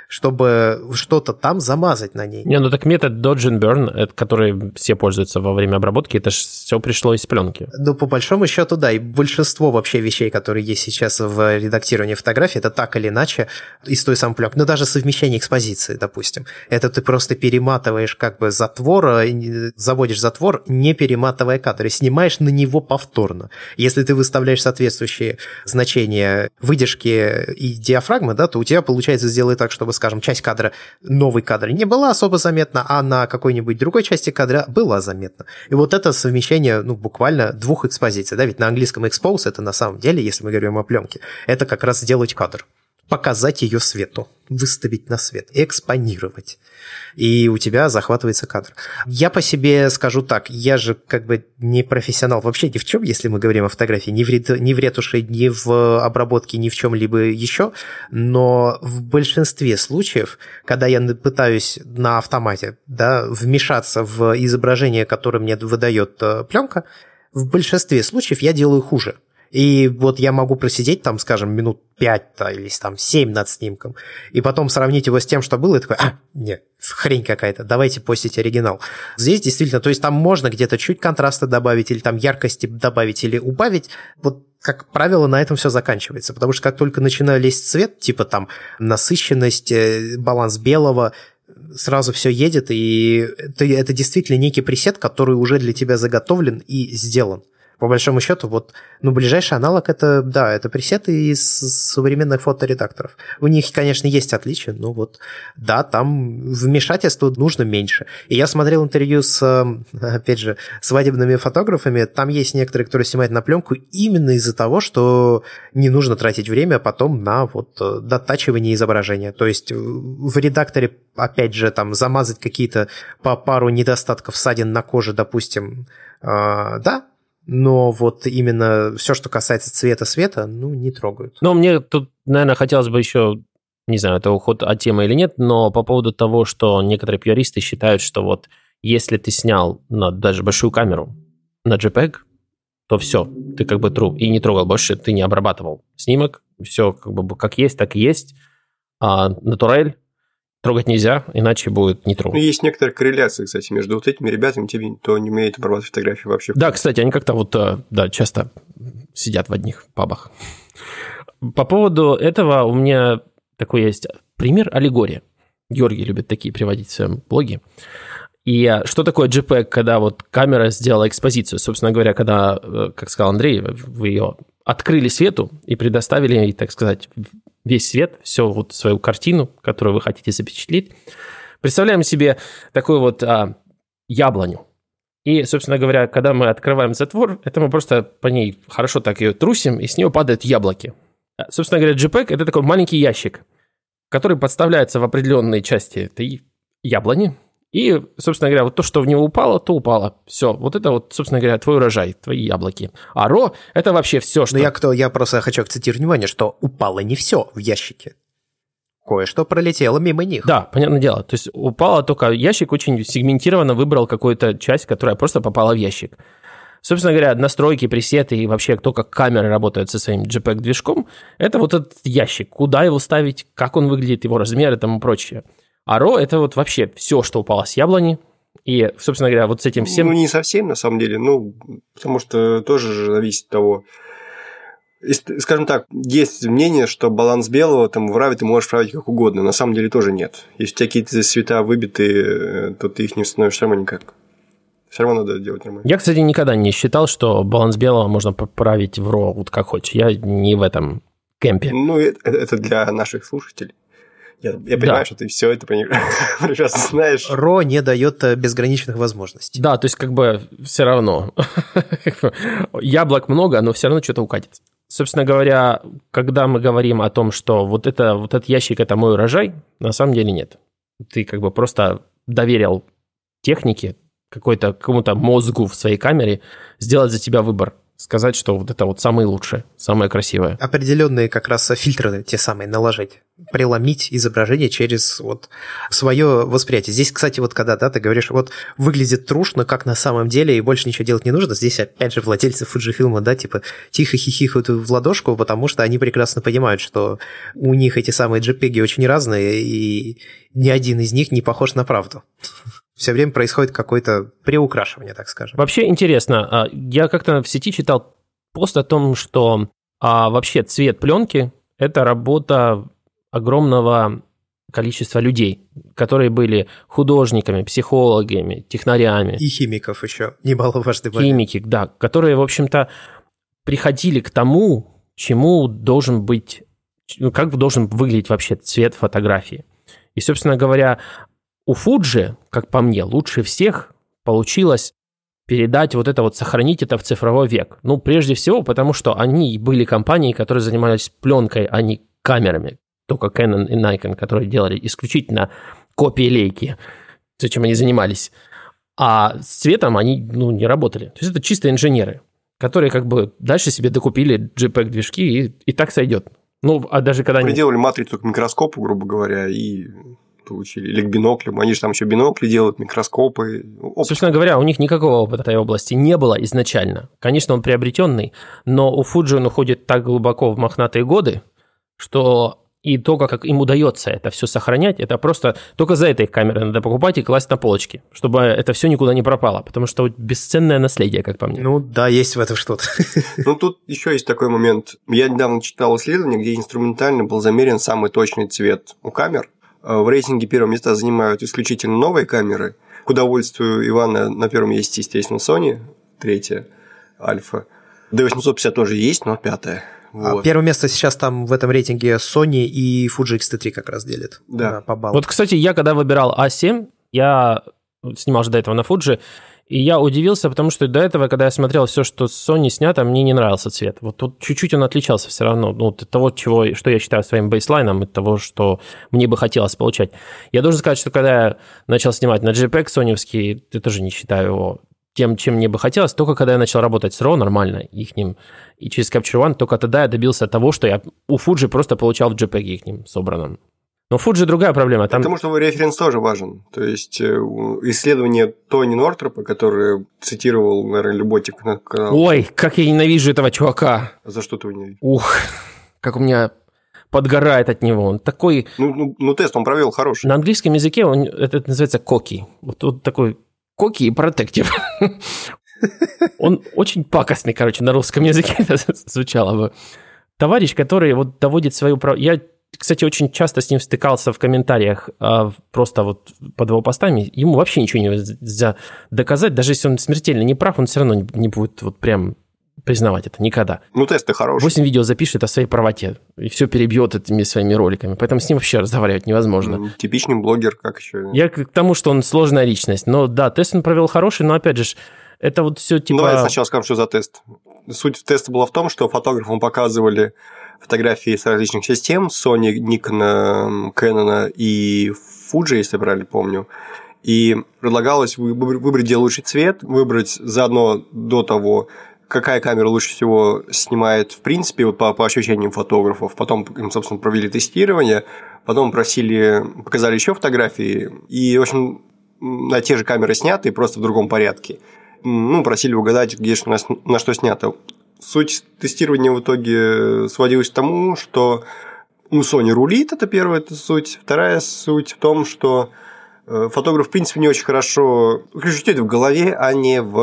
чтобы что-то там замазать на ней.
Так метод Dodge and Burn, который все пользуются во время обработки, это же все пришло из пленки.
По большому счету, да, и большинство вообще вещей, которые есть сейчас в редактировании фотографий, это так или иначе из той самой пленки. Даже совмещение экспозиции, допустим. Это ты просто перематываешь затвор, заводишь затвор, не перематывая кадр, и снимаешь на него повторно. Если ты выставляешь соответствующие значения выдержки и диафрагмы, да, то у тебя получается сделать так, чтобы скажем, часть кадра, новый кадр не была особо заметна, а на какой-нибудь другой части кадра была заметна. И вот это совмещение, буквально двух экспозиций, да, ведь на английском expose это на самом деле, если мы говорим о пленке, это как раз сделать кадр, показать ее свету, выставить на свет, экспонировать. И у тебя захватывается кадр. Я по себе скажу так, я же как бы не профессионал вообще ни в чем, если мы говорим о фотографии, ни в ретуше, ни в обработке, ни в чем-либо еще, но в большинстве случаев, когда я пытаюсь на автомате, да, вмешаться в изображение, которое мне выдает пленка, в большинстве случаев я делаю хуже. И вот я могу просидеть там, скажем, минут 5 или там 7 над снимком, и потом сравнить его с тем, что было, и такой, нет, хрень какая-то, давайте постить оригинал. Здесь действительно, то есть там можно где-то чуть контраста добавить, или там яркости добавить, или убавить, вот как правило, на этом все заканчивается, потому что как только начинаю лезть цвет, типа там насыщенность, баланс белого, сразу все едет, и это действительно некий пресет, который уже для тебя заготовлен и сделан. По большому счету, вот, ближайший аналог это, да, это пресеты из современных фоторедакторов. У них, конечно, есть отличия, но вот, да, там вмешательства нужно меньше. И я смотрел интервью с, опять же, свадебными фотографами, там есть некоторые, которые снимают на пленку именно из-за того, что не нужно тратить время потом на вот дотачивание изображения. То есть в редакторе, опять же, там замазать какие-то по пару недостатков ссадин на коже, допустим, да, но вот именно все, что касается цвета света, не трогают.
Но мне тут, наверное, хотелось бы еще, не знаю, это уход от темы или нет, но по поводу того, что некоторые пьюристы считают, что вот если ты снял на даже большую камеру на JPEG, то все, ты как бы true, и не трогал больше, ты не обрабатывал снимок, все как бы как есть, так и есть, а натурель трогать нельзя, иначе будет не true.
Есть некоторая корреляция, кстати, между вот этими ребятами, теми, кто не умеет обрабатывать фотографии вообще.
Да, кстати, они как-то вот, да, часто сидят в одних пабах. По поводу этого у меня такой есть пример аллегория. Георгий любит такие приводить в своем блоге. И что такое JPEG, когда вот камера сделала экспозицию? Собственно говоря, когда, как сказал Андрей, вы ее открыли свету и предоставили ей, так сказать, весь свет, всю вот свою картину, которую вы хотите запечатлеть. Представляем себе такую вот яблоню. И, собственно говоря, когда мы открываем затвор, это мы просто по ней хорошо так ее трусим, и с нее падают яблоки. Собственно говоря, JPEG – это такой маленький ящик, который подставляется в определенные части этой яблони. И, собственно говоря, вот то, что в него упало, то упало. Все, вот это вот, собственно говоря, твой урожай, твои яблоки. А RAW – это вообще все, что…
Я просто хочу акцентировать внимание, что упало не все в ящике. Кое-что пролетело мимо них.
Да, понятное дело. То есть упало только ящик, очень сегментированно выбрал какую-то часть, которая просто попала в ящик. Собственно говоря, настройки, пресеты и вообще то, как камеры работают со своим JPEG-движком, это вот этот ящик. Куда его ставить, как он выглядит, его размер и тому прочее. А RAW – это вот вообще все, что упало с яблони. И, собственно говоря, вот с этим всем…
не совсем, на самом деле. Потому что тоже же зависит от того… Скажем так, есть мнение, что баланс белого там в RAW ты можешь править как угодно. На самом деле тоже нет. Если у тебя какие-то цвета выбиты, то ты их не установишь все равно никак. Все равно надо делать нормально.
Я, кстати, никогда не считал, что баланс белого можно поправить в RAW вот как хочешь. Я не в этом кемпе.
Это для наших слушателей. Я понимаю, что ты все это прекрасно знаешь.
RAW не дает безграничных возможностей.
Да, то есть как бы все равно. Яблок много, но все равно что-то укатится. Собственно говоря, когда мы говорим о том, что вот этот ящик – это мой урожай, на самом деле нет. Ты как бы просто доверил технике, какому-то мозгу в своей камере сделать за тебя выбор. Сказать, что вот это вот самое лучшее, самое красивое.
Определенные как раз фильтры те самые наложить, преломить изображение через вот свое восприятие. Здесь, кстати, вот когда ты говоришь, вот выглядит трушно, как на самом деле, и больше ничего делать не нужно, здесь опять же владельцы Fujifilm, тихо хихикают в ладошку, потому что они прекрасно понимают, что у них эти самые JPEG очень разные, и ни один из них не похож на правду. Все время происходит какое-то приукрашивание, так скажем.
Вообще интересно, я как-то в сети читал пост о том, что вообще цвет пленки – это работа огромного количества людей, которые были художниками, психологами, технарями.
И химиков еще, немаловажный момент.
Химики, да, которые, в общем-то, приходили к тому, чему должен быть, как должен выглядеть вообще цвет фотографии. И, собственно говоря, у Fuji, как по мне, лучше всех получилось передать вот это вот, сохранить это в цифровой век. Ну, прежде всего, потому что они были компанией, которые занимались пленкой, а не камерами. Только Canon и Nikon, которые делали исключительно копии лейки, зачем они занимались. А с цветом они, не работали. То есть это чисто инженеры, которые как бы дальше себе докупили JPEG-движки, и так сойдет. Ну, а даже когда
приделали матрицу к микроскопу, грубо говоря, и получили. Или к биноклям. Они же там еще бинокли делают, микроскопы.
Собственно говоря, у них никакого опыта в этой области не было изначально. Конечно, он приобретенный, но у Fuji он уходит так глубоко в мохнатые годы, что и то, как им удается это все сохранять, это просто только за этой камерой надо покупать и класть на полочки, чтобы это все никуда не пропало, потому что бесценное наследие, как по мне.
Ну да, есть в этом что-то.
Ну тут еще есть такой момент. Я недавно читал исследование, где инструментально был замерен самый точный цвет у камер. В рейтинге первого места занимают исключительно новые камеры. К удовольствию Ивана на первом есть, естественно, Sony, 3-я, Альфа. D850 тоже есть, но 5-я. Вот.
Первое место сейчас там в этом рейтинге Sony и Fuji X-T3 как раз делят.
Да.
По баллу.
Вот, кстати, я когда выбирал A7, я снимал же до этого на Fuji, и я удивился, потому что до этого, когда я смотрел все, что с Sony снято, мне не нравился цвет. Вот тут чуть-чуть он отличался все равно от того, что я считаю своим бейслайном, от того, что мне бы хотелось получать. Я должен сказать, что когда я начал снимать на JPEG соневский, я тоже не считаю его тем, чем мне бы хотелось, только когда я начал работать с RAW нормально, ихним, и через Capture One, только тогда я добился того, что я у Fuji просто получал в JPEG ихним собранном. Но Fuji другая проблема. Там...
Потому что референс тоже важен. То есть, исследование Тони Нортропа, который цитировал, наверное, Люботик на канал.
Ой, как я ненавижу этого чувака.
А за что ты его ненавидишь?
Ух, как у меня подгорает от него. Он такой...
Ну, тест он провел хороший.
На английском языке это называется коки. Вот такой коки и протектив. Он очень пакостный, короче, на русском языке это звучало бы. Товарищ, который вот доводит свою... Я, кстати, очень часто с ним стыкался в комментариях, просто вот под его постами. Ему вообще ничего нельзя доказать. Даже если он смертельно не прав, он все равно не будет вот прям признавать это никогда.
Ну, тесты хорошие.
8 видео запишет о своей правоте и все перебьет этими своими роликами. Поэтому с ним вообще разговаривать невозможно.
Типичный блогер, как еще?
Я к тому, что он сложная личность. Но да, тест он провел хороший, но опять же, это вот все типа...
Давай сначала скажем, что за тест. Суть теста была в том, что фотографам показывали фотографии с различных систем, Sony, Nikon, Canon и Fuji, если я правильно помню. И предлагалось выбрать, где лучший цвет, выбрать заодно до того, какая камера лучше всего снимает, в принципе, вот по ощущениям фотографов. Потом им, собственно, провели тестирование, потом показали еще фотографии, и, в общем, на те же камеры сняты, просто в другом порядке. Ну, просили угадать, где на что снято. Суть тестирования в итоге сводилась к тому, что Sony рулит, это первая суть. Вторая суть в том, что фотограф, в принципе, не очень хорошо чувствует в голове, а не в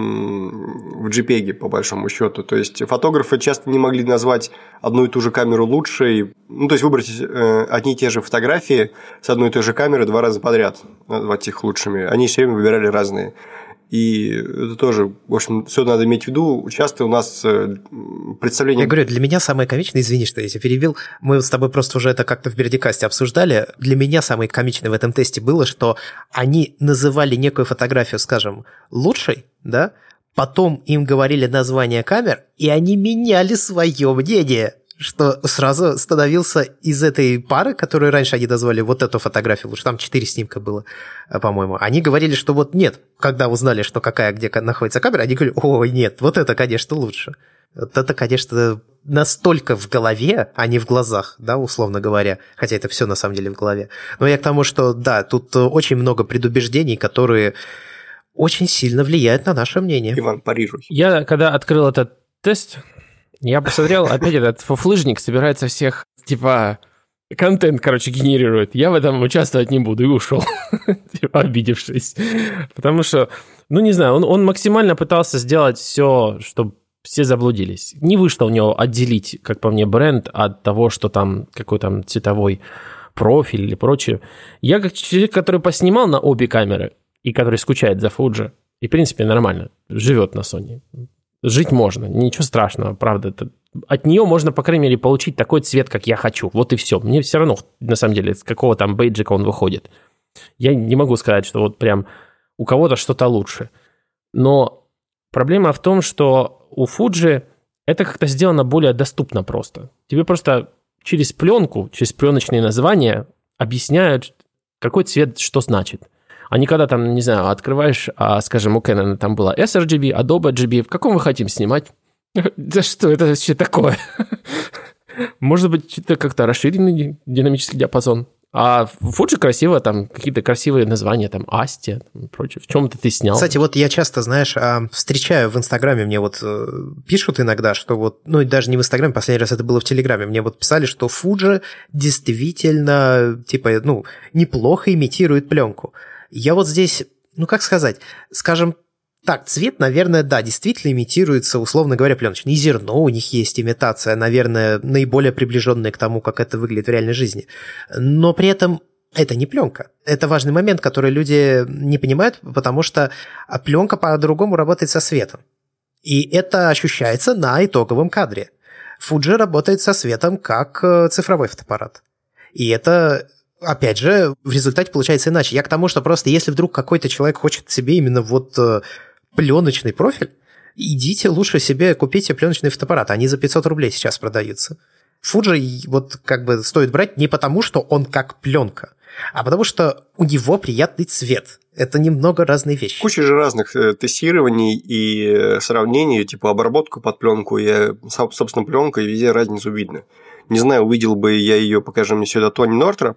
JPEG, по большому счету. То есть фотографы часто не могли назвать одну и ту же камеру лучшей, ну, то есть выбрать одни и те же фотографии с одной и той же камеры 2 раза подряд, назвать их лучшими. Они все время выбирали разные. И это тоже, в общем, все надо иметь в виду. Часто у нас представление...
Я говорю, для меня самое комичное, извини, что я тебя перебил, мы с тобой просто уже это как-то в Бердикасте обсуждали, для меня самое комичное в этом тесте было, что они называли некую фотографию, скажем, лучшей, да, потом им говорили название камер, и они меняли свое мнение, что сразу становился из этой пары, которую раньше они назвали вот эту фотографию лучше, там 4 снимка было, по-моему, они говорили, что вот нет, когда узнали, что какая где находится камера, они говорили, ой, нет, вот это, конечно, лучше. Вот это, конечно, настолько в голове, а не в глазах, да, условно говоря, хотя это все на самом деле в голове. Но я к тому, что, да, тут очень много предубеждений, которые очень сильно влияют на наше мнение.
Иван, парируй.
Я, когда открыл этот тест, я посмотрел, опять этот фуфлыжник собирается всех, типа, контент, короче, генерирует. Я в этом участвовать не буду и ушел, типа, обидевшись. Потому что, ну, не знаю, он максимально пытался сделать все, чтобы все заблудились. Не вышло у него отделить, как по мне, бренд от того, что там какой там цветовой профиль или прочее. Я как человек, который поснимал на обе камеры и который скучает за Fuji, и, в принципе, нормально, живет на Sony. жить можно, ничего страшного, правда. От нее можно, по крайней мере, получить такой цвет, как я хочу. Вот и все. Мне все равно, на самом деле, с какого там бейджика он выходит. Я не могу сказать, что вот прям у кого-то что-то лучше. Но проблема в том, что у Fuji это как-то сделано более доступно просто. Тебе просто через пленку, через пленочные названия объясняют, какой цвет что значит. А не когда там, не знаю, открываешь, скажем, у Canon там было sRGB, Adobe RGB, в каком мы хотим снимать? Да что это вообще такое? Может быть, это как-то расширенный динамический диапазон. А в Fuji красиво, там какие-то красивые названия, там Асти и прочее. В чем-то ты снял.
Кстати, вот я часто, знаешь, встречаю в Инстаграме, мне вот пишут иногда, что вот, ну, даже не в Инстаграме, последний раз это было в Телеграме, мне вот писали, что Fuji действительно, типа, ну, неплохо имитирует пленку. Я вот здесь, ну, как сказать, скажем так, цвет, наверное, да, действительно имитируется, условно говоря, пленочный. И зерно у них есть имитация, наверное, наиболее приближенная к тому, как это выглядит в реальной жизни. Но при этом это не пленка. Это важный момент, который люди не понимают, потому что пленка по-другому работает со светом. И это ощущается на итоговом кадре. Fuji работает со светом как цифровой фотоаппарат. И это, опять же, в результате получается иначе. Я к тому, что просто если вдруг какой-то человек хочет себе именно вот пленочный профиль, идите лучше себе купите пленочный фотоаппарат. Они за 500 рублей сейчас продаются. Fuji вот как бы стоит брать не потому, что он как пленка, а потому что у него приятный цвет. Это немного разные вещи.
Куча же разных тестирований и сравнений, типа обработку под пленку и, собственно, пленка, и везде разницу видно. Не знаю, увидел бы я ее, покажи мне сюда, Тони Нортроп,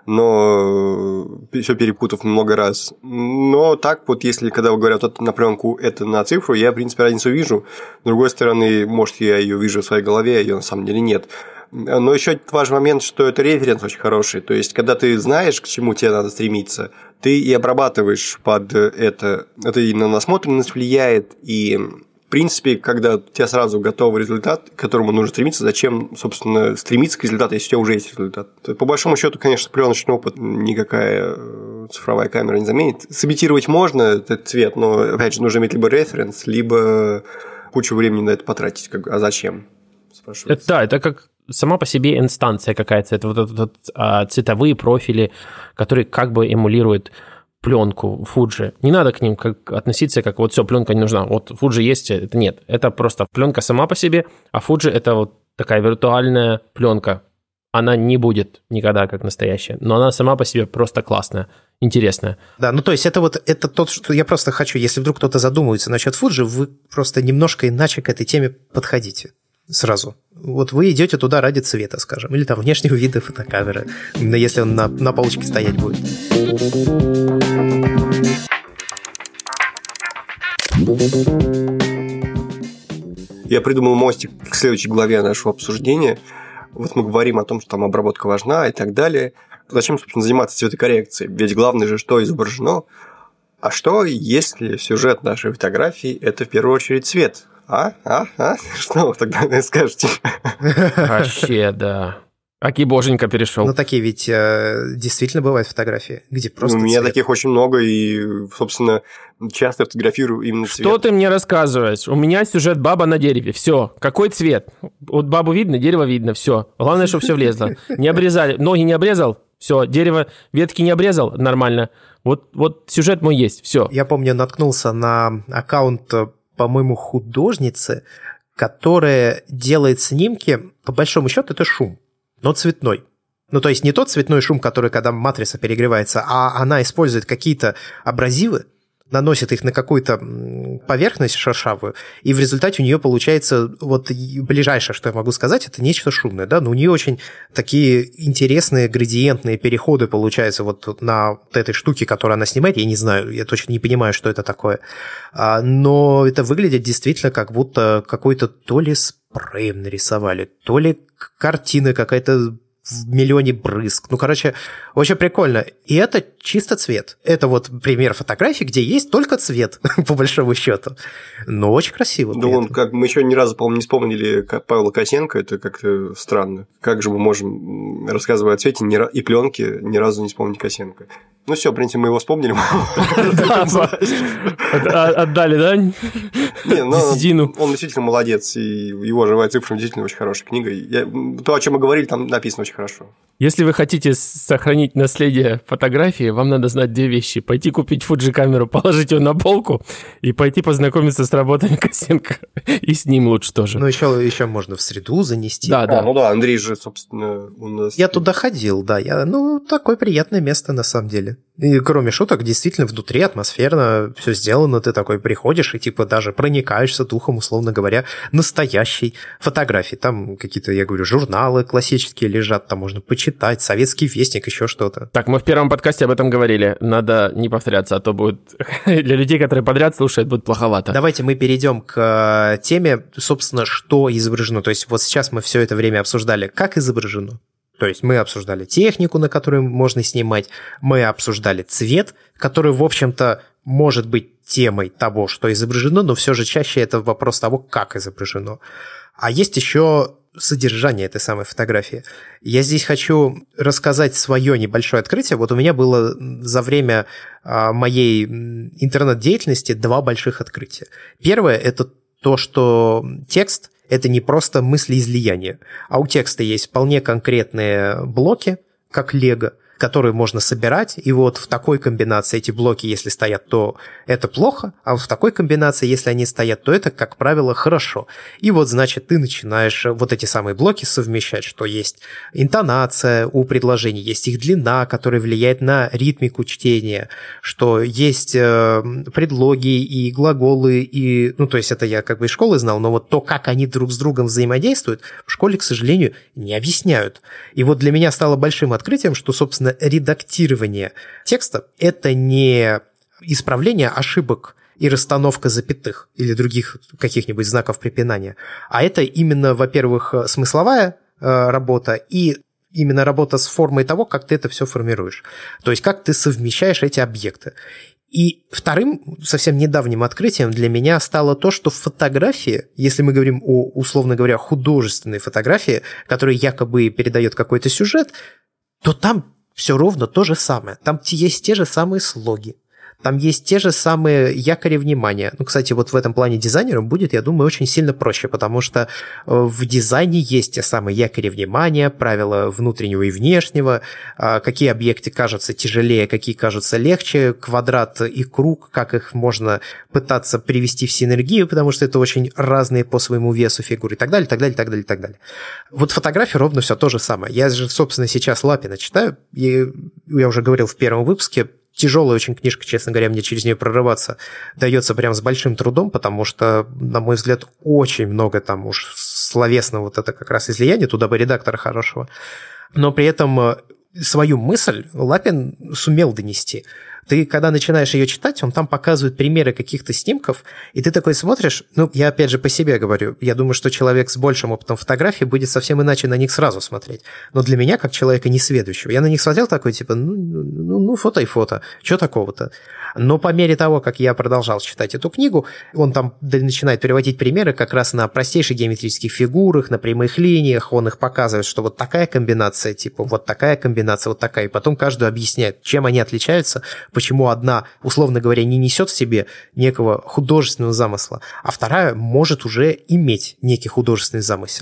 но все перепутав много раз. Но так вот, если когда говорят это на пленку, это на цифру, я, в принципе, разницу вижу. С другой стороны, может, я ее вижу в своей голове, а ее на самом деле нет. Но еще важный момент, что это референс очень хороший. То есть, когда ты знаешь, к чему тебе надо стремиться, ты и обрабатываешь под это. Это и на насмотренность влияет, и в принципе, когда у тебя сразу готовый результат, к которому нужно стремиться, зачем, собственно, стремиться к результату, если у тебя уже есть результат? По большому счету, конечно, пленочный опыт никакая цифровая камера не заменит. Сымитировать можно этот цвет, но, опять же, нужно иметь либо референс, либо кучу времени на это потратить. А зачем?
Это, да, это как сама по себе инстанция какая-то. Это вот цветовые профили, которые как бы эмулируют пленку Fuji. Не надо к ним относиться, как вот все, пленка не нужна. Вот Fuji есть, это нет. Это просто пленка сама по себе, а Fuji это вот такая виртуальная пленка. Она не будет никогда как настоящая, но она сама по себе просто классная, интересная.
Да, ну то есть это вот это то, что я просто хочу, если вдруг кто-то задумывается насчет Fuji, вы просто немножко иначе к этой теме подходите сразу. Вот вы идете туда ради цвета, скажем, или там внешнего вида фотокамеры, именно если он на полочке стоять будет.
Я придумал мостик к следующей главе нашего обсуждения. Вот мы говорим о том, что там обработка важна и так далее. Зачем, собственно, заниматься цветокоррекцией? Ведь главное же, что изображено. А что, если сюжет нашей фотографии – это в первую очередь цвет? Что вы тогда скажете?
Вообще, да. Аки боженька перешел.
Ну, такие ведь действительно бывают фотографии, где просто
у меня
цвет.
таких очень много, и, собственно, часто фотографирую именно цвет.
Что ты мне рассказываешь? У меня сюжет баба на дереве. Все. Какой цвет? Вот бабу видно, дерево видно. Все. Главное, чтобы все влезло. Не обрезали. Ноги не обрезал? Все. Дерево, ветки не обрезал? Нормально. Вот сюжет мой есть. Все.
Я помню, наткнулся на аккаунт, по-моему, художницы, которая делает снимки. По большому счету, это шум. Но цветной. Ну, то есть не тот цветной шум, который, когда матрица перегревается, а она использует какие-то абразивы, наносит их на какую-то поверхность шершавую, и в результате у нее получается, вот ближайшее, что я могу сказать, это нечто шумное, да, но у нее очень такие интересные градиентные переходы получаются вот на вот этой штуке, которую она снимает, я не знаю, я точно не понимаю, что это такое, но это выглядит действительно как будто какой-то то ли спреем нарисовали, то ли картина какая-то в миллионе брызг. Ну, короче, очень прикольно. И это чисто цвет. Это вот пример фотографии, где есть только цвет, по большому счету. Но очень красиво.
Ну, как мы еще ни разу, по-моему, не вспомнили Павла Косенко, это как-то странно. Как же мы можем, рассказывая о цвете и пленке, ни разу не вспомнить Косенко? Ну все, в принципе, мы его вспомнили.
Отдали, да? Десятину.
Он действительно молодец, и его «Живая цифра» действительно очень хорошая книга. То, о чем мы говорили, там написано очень хорошо.
Если вы хотите сохранить наследие фотографии, вам надо знать две вещи. Пойти купить Fuji-камеру, положить ее на полку, и пойти познакомиться с работами Косенко. И с ним лучше тоже.
Ну, еще можно в среду занести.
Да.
Ну да, Андрей же, собственно, у нас...
Я туда ходил, да. Такое приятное место, на самом деле. И кроме шуток, действительно, внутри атмосферно все сделано. Ты такой приходишь и типа даже проникаешься духом, условно говоря, настоящей фотографии. Там какие-то, я говорю, журналы классические лежат, там можно почитать, советский вестник, еще что-то.
Так, мы в первом подкасте об этом говорили. Надо не повторяться, а то будет... Для людей, которые подряд слушают, будет плоховато.
Давайте мы перейдем к теме, собственно, что изображено. То есть вот сейчас мы все это время обсуждали, как изображено. То есть мы обсуждали технику, на которой можно снимать, мы обсуждали цвет, который, в общем-то, может быть темой того, что изображено, но все же чаще это вопрос того, как изображено. А есть еще содержание этой самой фотографии. Я здесь хочу рассказать свое небольшое открытие. Вот у меня было за время моей интернет-деятельности два больших открытия. Первое – это то, что текст – это не просто мыслеизлияние, а у текста есть вполне конкретные блоки, как лего, которые можно собирать, и вот в такой комбинации эти блоки, если стоят, то это плохо, а вот в такой комбинации, если они стоят, то это, как правило, хорошо. И вот, значит, ты начинаешь вот эти самые блоки совмещать, что есть интонация у предложений, есть их длина, которая влияет на ритмику чтения, что есть предлоги и глаголы, и, ну, то есть это я как бы из школы знал, но вот то, как они друг с другом взаимодействуют, в школе, к сожалению, не объясняют. И вот для меня стало большим открытием, что, собственно, редактирование текста – это не исправление ошибок и расстановка запятых или других каких-нибудь знаков препинания, а это именно, во-первых, смысловая работа и именно работа с формой того, как ты это все формируешь. То есть как ты совмещаешь эти объекты. И вторым, совсем недавним открытием для меня стало то, что фотографии, если мы говорим о, условно говоря, художественной фотографии, которая якобы передает какой-то сюжет, то там все ровно то же самое. Там есть те же самые слоги. Там есть те же самые якори внимания. Ну, кстати, вот в этом плане дизайнерам будет, я думаю, очень сильно проще, потому что в дизайне есть те самые якори внимания, правила внутреннего и внешнего, какие объекты кажутся тяжелее, какие кажутся легче, квадрат и круг, как их можно пытаться привести в синергию, потому что это очень разные по своему весу фигуры и так далее, так далее, так далее, так далее. Вот фотография ровно все то же самое. Я же, собственно, сейчас Лапина читаю, и я уже говорил в первом выпуске, тяжелая очень книжка, честно говоря, мне через нее прорываться дается прям с большим трудом, потому что, на мой взгляд, очень много там уж словесного вот это как раз излияния, туда бы редактора хорошего. Но при этом свою мысль Лапин сумел донести. Ты, когда начинаешь ее читать, он там показывает примеры каких-то снимков, и ты такой смотришь, ну, я опять же по себе говорю, я думаю, что человек с большим опытом фотографии будет совсем иначе на них сразу смотреть. Но для меня, как человека несведущего, я на них смотрел такой, типа, ну фото и фото, что такого-то? Но по мере того, как я продолжал читать эту книгу, он там начинает приводить примеры как раз на простейших геометрических фигурах, на прямых линиях, он их показывает, что вот такая комбинация, типа вот такая комбинация, вот такая, и потом каждую объясняет, чем они отличаются, почему одна, условно говоря, не несет в себе некого художественного замысла, а вторая может уже иметь некий художественный замысел.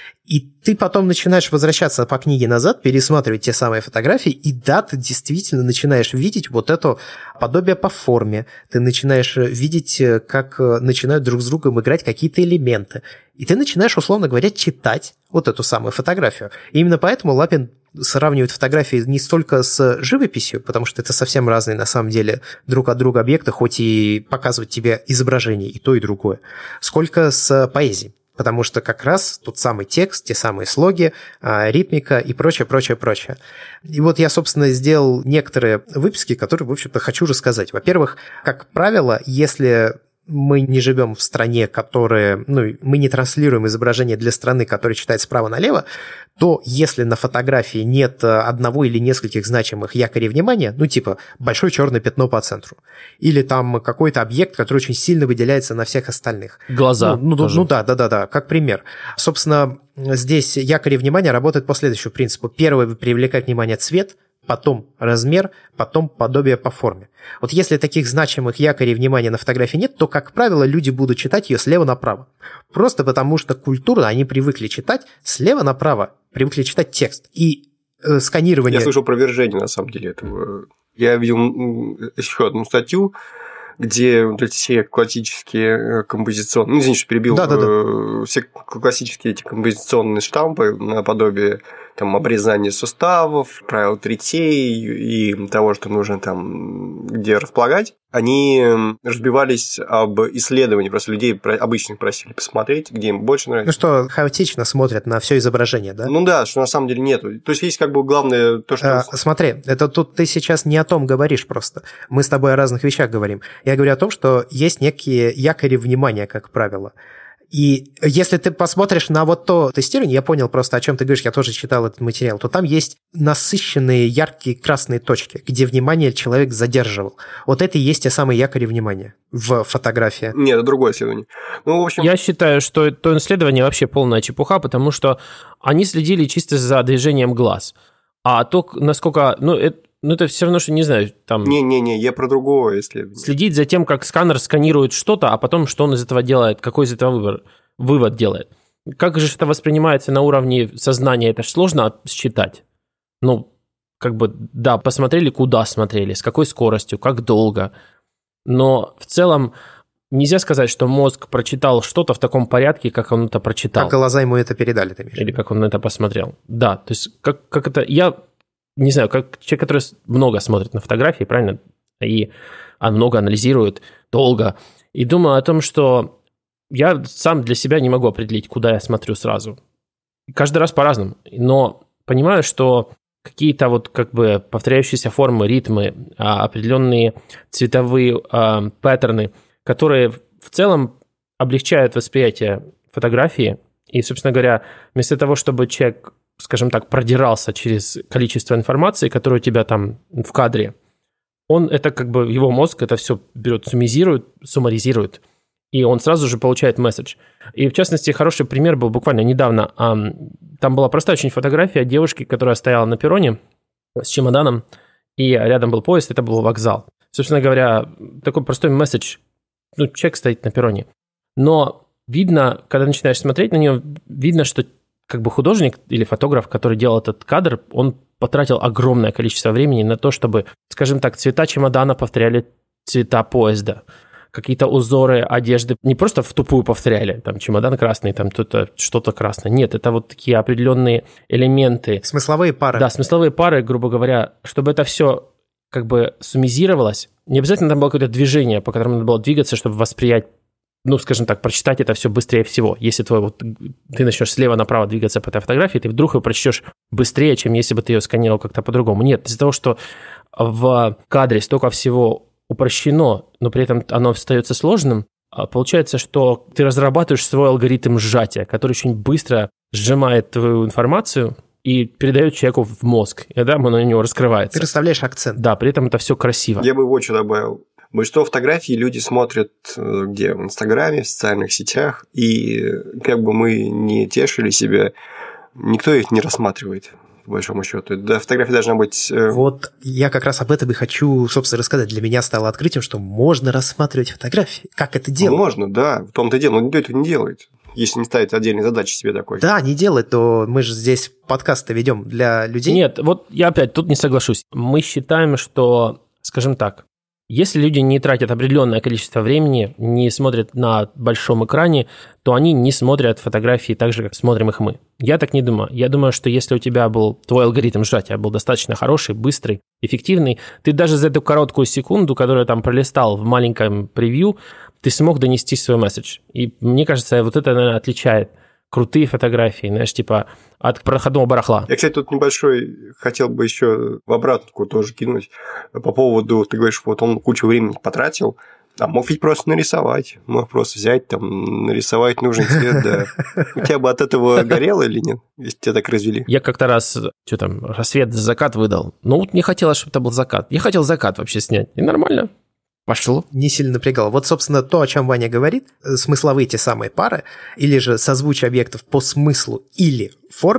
И ты потом начинаешь возвращаться по книге назад, пересматривать те самые фотографии, и да, ты действительно начинаешь видеть вот это подобие по форме, ты начинаешь видеть, как начинают друг с другом играть какие-то элементы, и ты начинаешь, условно говоря, читать вот эту самую фотографию. И именно поэтому Лапин сравнивает фотографии не столько с живописью, потому что это совсем разные, на самом деле, друг от друга объекты, хоть и показывают тебе изображение и то, и другое, сколько с поэзией. Потому что как раз тот самый текст, те самые слоги, ритмика и прочее, прочее, прочее. И вот я, собственно, сделал некоторые выпуски, которые, в общем-то, хочу рассказать. Во-первых, как правило, если мы не живем в стране, которая, мы не транслируем изображение для страны, которая читает справа налево, то если на фотографии нет одного или нескольких значимых якорей внимания, типа большое черное пятно по центру, или там какой-то объект, который очень сильно выделяется на всех остальных.
Глаза.
Да, как пример. Собственно, здесь якори внимания работают по следующему принципу. Первое, привлекает внимание цвет, потом размер, потом подобие по форме. Вот если таких значимых якорей внимания на фотографии нет, то, как правило, люди будут читать ее слева направо. Просто потому что культурно они привыкли читать слева направо, привыкли читать текст. И сканирование...
Я слышал опровержение, на самом деле, этого. Я видел еще одну статью, где вот эти все классические композиционные... Ну, извините, что перебил.
Да.
Все классические эти композиционные штампы наподобие там, обрезания суставов, правил третей и того, что нужно там где располагать, они разбивались об исследовании. Просто людей обычных просили посмотреть, где им больше нравится.
Ну что, хаотично смотрят на все изображение, да?
Ну да, что на самом деле нету. То есть есть как бы главное то, что...
Смотри, это тут ты сейчас не о том говоришь просто. Мы с тобой о разных вещах говорим. Я говорю о том, что есть некие якори внимания, как правило. И если ты посмотришь на вот то тестирование, я понял просто, о чем ты говоришь, я тоже читал этот материал, то там есть насыщенные яркие красные точки, где внимание человек задерживал. Вот это и есть те самые якори внимания в фотографии.
Нет, это другое исследование. Ну, в общем...
Я считаю, что то исследование вообще полная чепуха, потому что они следили чисто за движением глаз. А то, насколько... это все равно, что, не знаю, там...
Не, я про другое исследование.
Следить за тем, как сканер сканирует что-то, а потом, что он из этого делает, какой из этого вывод делает. Как же это воспринимается на уровне сознания, это же сложно считать. Да, посмотрели, куда смотрели, с какой скоростью, как долго. Но в целом нельзя сказать, что мозг прочитал что-то в таком порядке, как он это прочитал.
Как глаза ему это передали, ты имеешь?
Или как он это посмотрел. Да, то есть как это... Я не знаю, как человек, который много смотрит на фотографии, правильно, и много анализирует, долго, и думаю о том, что я сам для себя не могу определить, куда я смотрю сразу. Каждый раз по-разному, но понимаю, что какие-то вот как бы повторяющиеся формы, ритмы, определенные цветовые паттерны, которые в целом облегчают восприятие фотографии, и, собственно говоря, вместо того, чтобы человек, скажем так, продирался через количество информации, которая у тебя там в кадре, он это как бы, его мозг это все берет, суммаризирует, и он сразу же получает месседж. И, в частности, хороший пример был буквально недавно. Там была простая очень фотография девушки, которая стояла на перроне с чемоданом, и рядом был поезд, это был вокзал. Собственно говоря, такой простой месседж. Человек стоит на перроне. Но видно, когда начинаешь смотреть на нее, видно, что как бы художник или фотограф, который делал этот кадр, он потратил огромное количество времени на то, чтобы, скажем так, цвета чемодана повторяли цвета поезда. Какие-то узоры одежды не просто в тупую повторяли, там чемодан красный, там тут что-то красное. Нет, это вот такие определенные элементы.
Смысловые пары.
Да, смысловые пары, грубо говоря, чтобы это все как бы суммизировалось. Не обязательно там было какое-то движение, по которому надо было двигаться, чтобы восприять, скажем так, прочитать это все быстрее всего. Если ты начнешь слева направо двигаться по этой фотографии, ты вдруг ее прочтешь быстрее, чем если бы ты ее сканировал как-то по-другому. Нет, из-за того, что в кадре столько всего упрощено, но при этом оно остается сложным, получается, что ты разрабатываешь свой алгоритм сжатия, который очень быстро сжимает твою информацию и передает человеку в мозг, и тогда он на него раскрывается.
Ты расставляешь акцент.
Да, при этом это все красиво.
Я бы вот что добавил. Большинство фотографий люди смотрят где? В Инстаграме, в социальных сетях, и как бы мы не тешили себя, никто их не рассматривает, по большому счету. Да, фотография должна быть...
Вот я как раз об этом и хочу, собственно, рассказать. Для меня стало открытием, что можно рассматривать фотографии. Как это делать?
Можно, да, в том-то и дело, но никто этого не делает. Если не ставить отдельные задачи себе такой.
Да, не делать, то мы же здесь подкасты ведем для людей.
Нет, вот я опять тут не соглашусь. Мы считаем, что, скажем так, если люди не тратят определенное количество времени, не смотрят на большом экране, то они не смотрят фотографии так же, как смотрим их мы. Я так не думаю. Я думаю, что если у тебя был твой алгоритм сжатия был достаточно хороший, быстрый, эффективный, ты даже за эту короткую секунду, которую там пролистал в маленьком превью, ты смог донести свой месседж. И мне кажется, вот это, наверное, отличает крутые фотографии, знаешь, типа от проходного барахла.
Я, кстати, тут небольшой хотел бы еще в обратку тоже кинуть по поводу, ты говоришь, вот он кучу времени потратил, а мог ведь просто нарисовать, мог просто взять, там, нарисовать нужный цвет, да. У тебя бы от этого горело или нет, если тебя так развели?
Я как-то раз, рассвет, закат выдал. Вот не хотелось, чтобы это был закат. Я хотел закат вообще снять, и нормально. Пошло.
Не сильно напрягало. Вот, собственно, то, о чем Ваня говорит, смысловые те самые пары, или же созвучие объектов по смыслу или форме,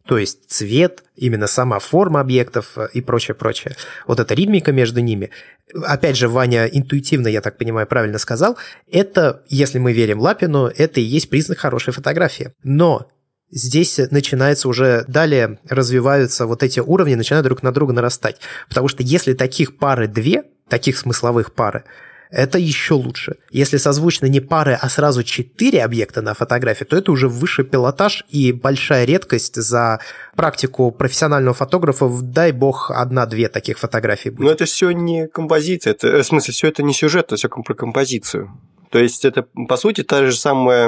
То есть цвет, именно сама форма объектов и прочее. Вот эта ритмика между ними. Опять же, Ваня интуитивно, я так понимаю, правильно сказал. Это, если мы верим Лапину, это и есть признак хорошей фотографии. Но здесь начинается уже далее развиваются вот эти уровни, начинают друг на друга нарастать. Потому что если таких пары две, таких смысловых пары, это еще лучше. Если созвучно не пары, а сразу 4 объекта на фотографии, то это уже высший пилотаж и большая редкость за практику профессионального фотографа. Дай бог, 1-2 таких фотографий будет.
Но это все не композиция, в смысле, все это не сюжет, это все про композицию. То есть это, по сути, та же самая,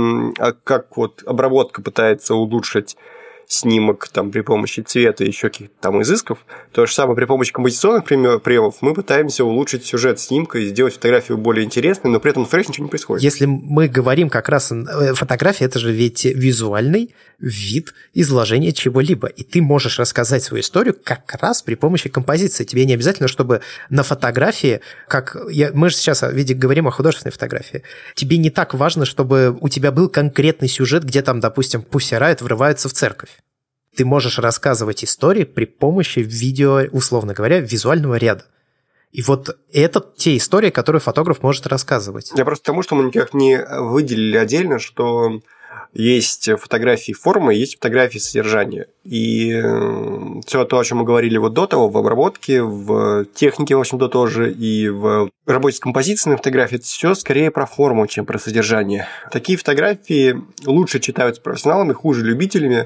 как вот обработка пытается улучшить снимок там, при помощи цвета и еще каких-то там изысков. То же самое при помощи композиционных приемов мы пытаемся улучшить сюжет снимка и сделать фотографию более интересной, но при этом на фотографии ничего не происходит.
Если мы говорим как раз... Фотография – это же ведь визуальный вид изложения чего-либо. И ты можешь рассказать свою историю как раз при помощи композиции. Тебе не обязательно, чтобы на фотографии... Мы же сейчас говорим о художественной фотографии. Тебе не так важно, чтобы у тебя был конкретный сюжет, где там, допустим, Pussy Riot врывается в церковь. Ты можешь рассказывать истории при помощи видео, условно говоря, визуального ряда. И вот это те истории, которые фотограф может рассказывать.
Я просто к тому, что мы никак не выделили отдельно, что есть фотографии формы, есть фотографии содержания. И все то, о чем мы говорили вот до того, в обработке, в технике, в общем-то, тоже, и в работе с композицией на фотографии, это все скорее про форму, чем про содержание. Такие фотографии лучше читаются профессионалами, хуже любителями.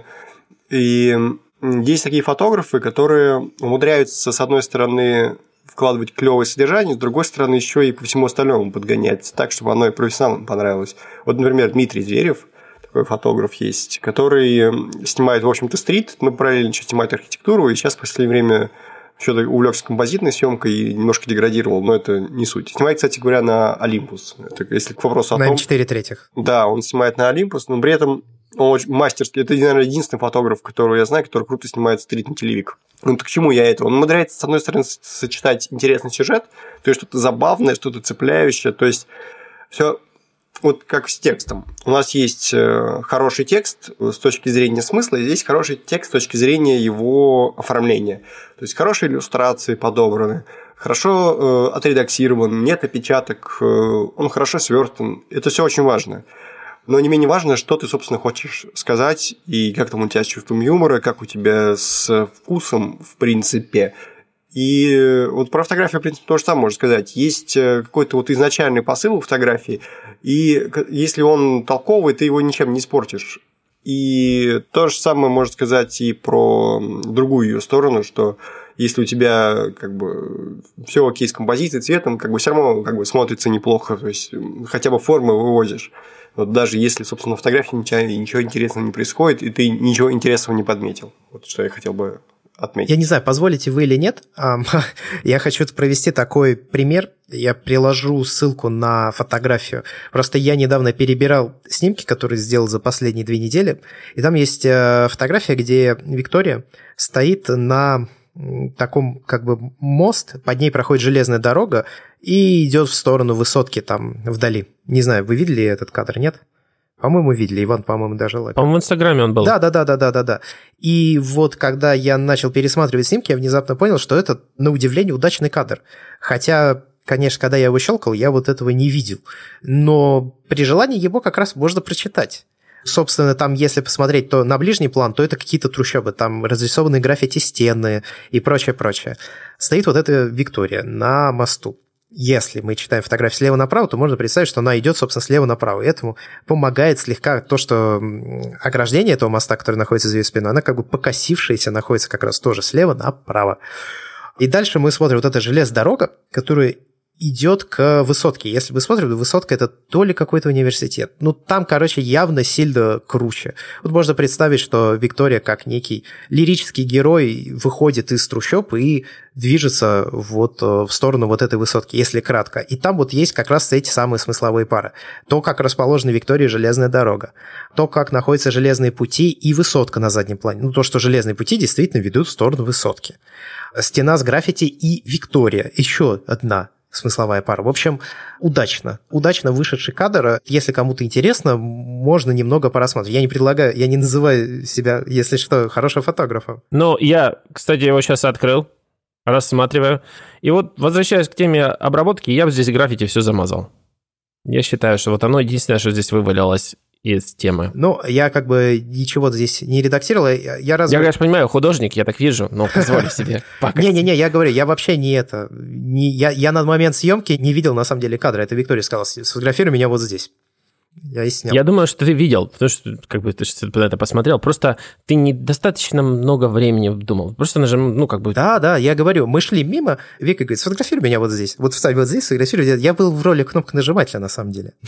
И есть такие фотографы, которые умудряются, с одной стороны, вкладывать клевое содержание, с другой стороны, еще и по всему остальному подгонять так, чтобы оно и профессионалам понравилось. Вот, например, Дмитрий Зверев, такой фотограф есть, который снимает, в общем-то, стрит, но параллельно еще снимает архитектуру, и сейчас в последнее время еще увлекся композитной съемкой и немножко деградировал, но это не суть. Снимает, кстати говоря, на Олимпус. Это, если к вопросу о том...
На М4
Да, он снимает на Олимпус, но при этом он очень мастерский. Это, наверное, единственный фотограф, которого я знаю, который круто снимает стрит на телевик. Ну, так к чему я это? Он умудряется, с одной стороны, сочетать интересный сюжет, то есть что-то забавное, что-то цепляющее, то есть все вот как с текстом. У нас есть хороший текст с точки зрения смысла, и есть хороший текст с точки зрения его оформления. То есть хорошие иллюстрации подобраны, хорошо отредактирован, нет опечаток, он хорошо сверстан. Это все очень важно. Но не менее важно, что ты, собственно, хочешь сказать, и как там у тебя с чувством юмора, как у тебя с вкусом, в принципе. И вот про фотографию, в принципе, то же самое можно сказать. Есть какой-то вот изначальный посыл у фотографии, и если он толковый, ты его ничем не испортишь. И то же самое можно сказать и про другую ее сторону, что если у тебя как бы все окей с композицией, цветом, как бы все равно как бы смотрится неплохо, то есть хотя бы формы вывозишь. Вот даже если, собственно, на фотографии у тебя ничего интересного не происходит, и ты ничего интересного не подметил. Вот что я хотел бы отметить.
Я не знаю, позволите вы или нет, я хочу провести такой пример. Я приложу ссылку на фотографию. Просто я недавно перебирал снимки, которые сделал за последние 2 недели, и там есть фотография, где Виктория стоит на таком как бы мост, под ней проходит железная дорога и идет в сторону высотки там вдали. Не знаю, вы видели этот кадр, нет? По-моему, видели. Иван, по-моему, даже лайк.
По-моему, в Инстаграме он был.
Да. И вот когда я начал пересматривать снимки, я внезапно понял, что это, на удивление, удачный кадр. Хотя, конечно, когда я его щелкал, я вот этого не видел. Но при желании его как раз можно прочитать. Собственно, там, если посмотреть, то на ближний план, то это какие-то трущобы, там разрисованы граффити стены и прочее. Стоит вот эта Виктория на мосту. Если мы читаем фотографию слева направо, то можно представить, что она идет, собственно, слева направо. И этому помогает слегка то, что ограждение этого моста, который находится за ее спиной, она как бы покосившаяся, находится как раз тоже слева направо. И дальше мы смотрим вот эта железнодорога, которая идет к высотке. Если мы смотрим, высотка – это то ли какой-то университет. Ну, там, короче, явно сильно круче. Вот можно представить, что Виктория, как некий лирический герой, выходит из трущоб и движется вот в сторону вот этой высотки, если кратко. И там вот есть как раз эти самые смысловые пары. То, как расположена Виктория железная дорога. То, как находятся железные пути и высотка на заднем плане. Ну, то, что железные пути действительно ведут в сторону высотки. Стена с граффити и Виктория. Еще одна смысловая пара. В общем, удачно вышедший кадр. Если кому-то интересно, можно немного порассмотреть. Я не называю себя, если что, хорошим фотографом.
Ну, я, кстати, его сейчас открыл, рассматриваю. И вот, возвращаясь к теме обработки, я бы здесь граффити все замазал. Я считаю, что вот оно единственное, что здесь вывалилось из темы.
Ну, я как бы ничего здесь не редактировал. Я,
конечно, понимаю, художник, я так вижу, но позволю себе пакость.
Не-не-не, я говорю, я вообще не это... Я на момент съемки не видел, на самом деле, кадра. Это Виктория сказала, сфотографируй меня вот здесь. Я и снял.
Я думаю, что ты видел, потому что как бы ты на это посмотрел. Просто ты недостаточно много времени думал. Просто нажим, как бы...
Да, я говорю, мы шли мимо, Вика говорит, сфотографируй меня вот здесь. Вот вставь вот здесь, сфотографируй. Я был в роли кнопконажимателя, на самом деле.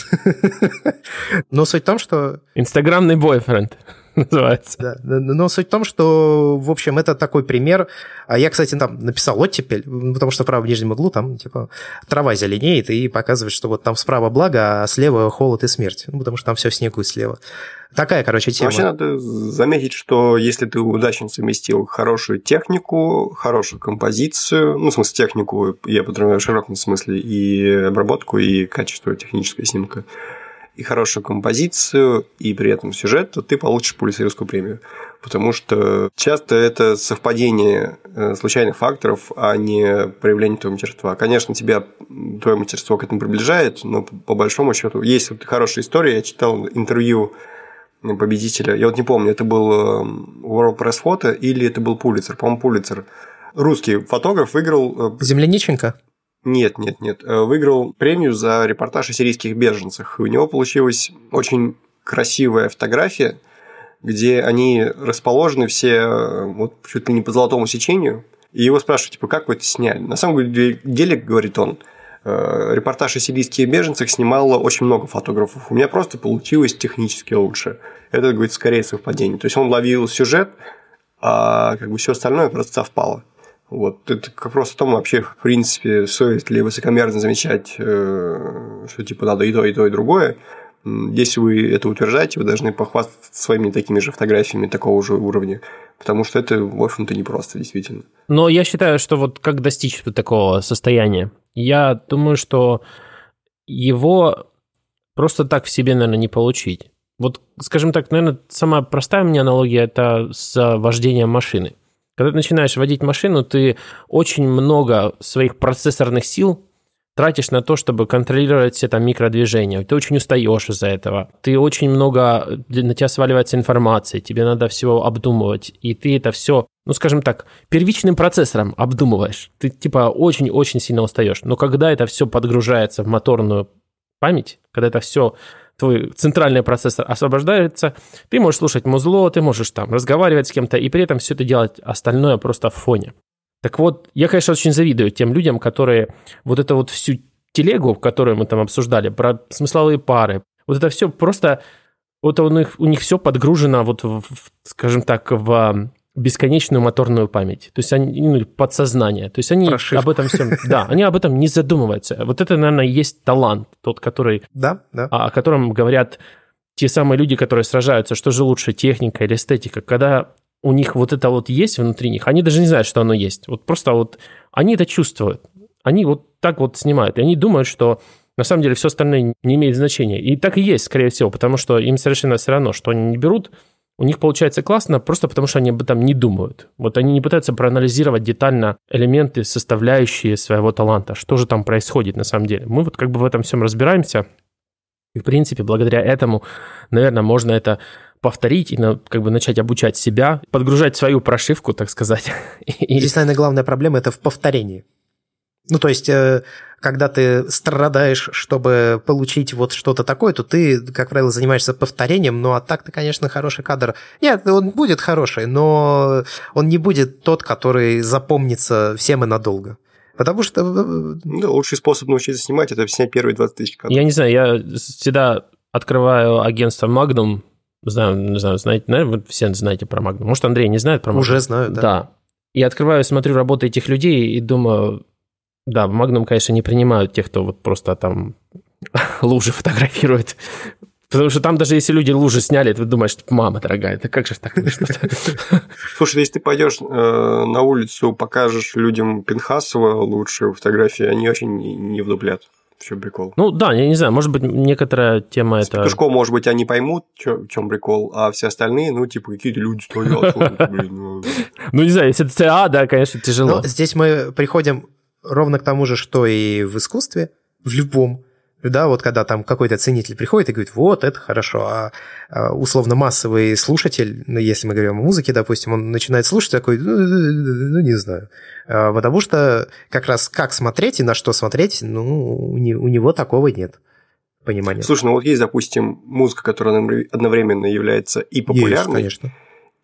Но суть в том, что...
Инстаграмный бойфренд называется.
Да, но суть в том, что, в общем, это такой пример. Я, кстати, там написал оттепель, потому что справа в нижнем углу там, типа, трава зеленеет и показывает, что вот там справа благо, а слева холод и смерть. Потому что там все в снегу слева. Такая, короче, тема.
Вообще надо заметить, что если ты удачно совместил хорошую технику, хорошую композицию, в смысле технику, я подразумеваю в широком смысле, и обработку, и качество технической снимка, и хорошую композицию, и при этом сюжет, то ты получишь Пулитцеровскую премию. Потому что часто это совпадение случайных факторов, а не проявление твоего мастерства. Конечно, твое мастерство к этому приближает, но по большому счету есть вот хорошая история. Я читал интервью победителя. Я вот не помню, это был World Press Photo или это был Пулитцер. По-моему, Пулитцер. Русский фотограф выиграл...
Земляниченко?
Нет. Выиграл премию за репортаж о сирийских беженцах. И у него получилась очень красивая фотография, где они расположены все вот чуть ли не по золотому сечению. И его спрашивают, типа, как вы это сняли? На самом деле, говорит он, репортаж о сирийских беженцах снимало очень много фотографов. У меня просто получилось технически лучше. Это, говорит, скорее совпадение. То есть он ловил сюжет, а как бы все остальное просто совпало. Вот. Это как просто о том, вообще, в принципе, стоит ли высокомерно замечать, что типа надо и то, и другое. Если вы это утверждаете, вы должны похвастаться своими такими же фотографиями такого же уровня, потому что это, в общем-то, непросто, действительно.
Но я считаю, что вот как достичь такого состояния? Я думаю, что его просто так в себе, наверное, не получить. Вот, скажем так, наверное, самая простая у меня аналогия – это с вождением машины. Когда ты начинаешь водить машину, ты очень много своих процессорных сил тратишь на то, чтобы контролировать все там микродвижения. Ты очень устаешь из-за этого. Ты очень много, на тебя сваливается информации, тебе надо всего обдумывать. И ты это все, скажем так, первичным процессором обдумываешь. Ты типа очень-очень сильно устаешь. Но когда это все подгружается в моторную память, когда это все, твой центральный процессор освобождается, ты можешь слушать музло, ты можешь там разговаривать с кем-то, и при этом все это делать остальное просто в фоне. Так вот, я, конечно, очень завидую тем людям, которые вот эту вот всю телегу, которую мы там обсуждали, про смысловые пары, вот это все просто, вот у них все подгружено вот, скажем так, в бесконечную моторную память. То есть они, подсознание. То есть они об этом всем... Да, они об этом не задумываются. Вот это, наверное, и есть талант, тот, который...
Да.
О котором говорят те самые люди, которые сражаются, что же лучше, техника или эстетика. Когда у них вот это вот есть внутри них, они даже не знают, что оно есть. Вот просто вот они это чувствуют. Они вот так вот снимают. И они думают, что на самом деле все остальное не имеет значения. И так и есть, скорее всего, потому что им совершенно все равно, что они не берут. У них получается классно просто потому, что они об этом не думают. Вот они не пытаются проанализировать детально элементы, составляющие своего таланта. Что же там происходит на самом деле. Мы вот как бы в этом всем разбираемся. И, в принципе, благодаря этому, наверное, можно это повторить и как бы начать обучать себя, подгружать свою прошивку, так сказать.
Здесь, наверное, главная проблема – это в повторении. То есть, когда ты страдаешь, чтобы получить вот что-то такое, то ты, как правило, занимаешься повторением, а так ты, конечно, хороший кадр. Нет, он будет хороший, но он не будет тот, который запомнится всем и надолго. Потому что...
лучший способ научиться снимать – это снять первые 20 тысяч кадров.
Я не знаю, я всегда открываю агентство Magnum. Не знаю, знаете, наверное, вы все знаете про Magnum. Может, Андрей не знает про Magnum?
Уже знаю, да.
Да. И открываю, смотрю работы этих людей и думаю... Да, в Magnum, конечно, не принимают тех, кто вот просто там лужи фотографирует Потому что там даже если люди лужи сняли, ты думаешь, мама дорогая, это как же так вышло-то?
Слушай, если ты пойдешь на улицу, покажешь людям Пинхасова лучшую фотографию, они очень не вдуплят. В чем прикол?
Ну да, я не знаю, может быть, некоторая тема это...
С петушком, может быть, они поймут, в чем прикол, а все остальные, ну, типа, какие-то люди стоят.
Ну, не знаю, если это ЦА, да, конечно, тяжело.
Но здесь мы приходим ровно к тому же, что и в искусстве, в любом. Да, вот когда там какой-то ценитель приходит и говорит, вот, это хорошо, а условно массовый слушатель, ну, если мы говорим о музыке, допустим, он начинает слушать такой, ну, не знаю, потому что как раз как смотреть и на что смотреть, ну, у него такого нет понимания.
Слушай, ну вот есть, допустим, музыка, которая одновременно является и популярной,
есть, конечно,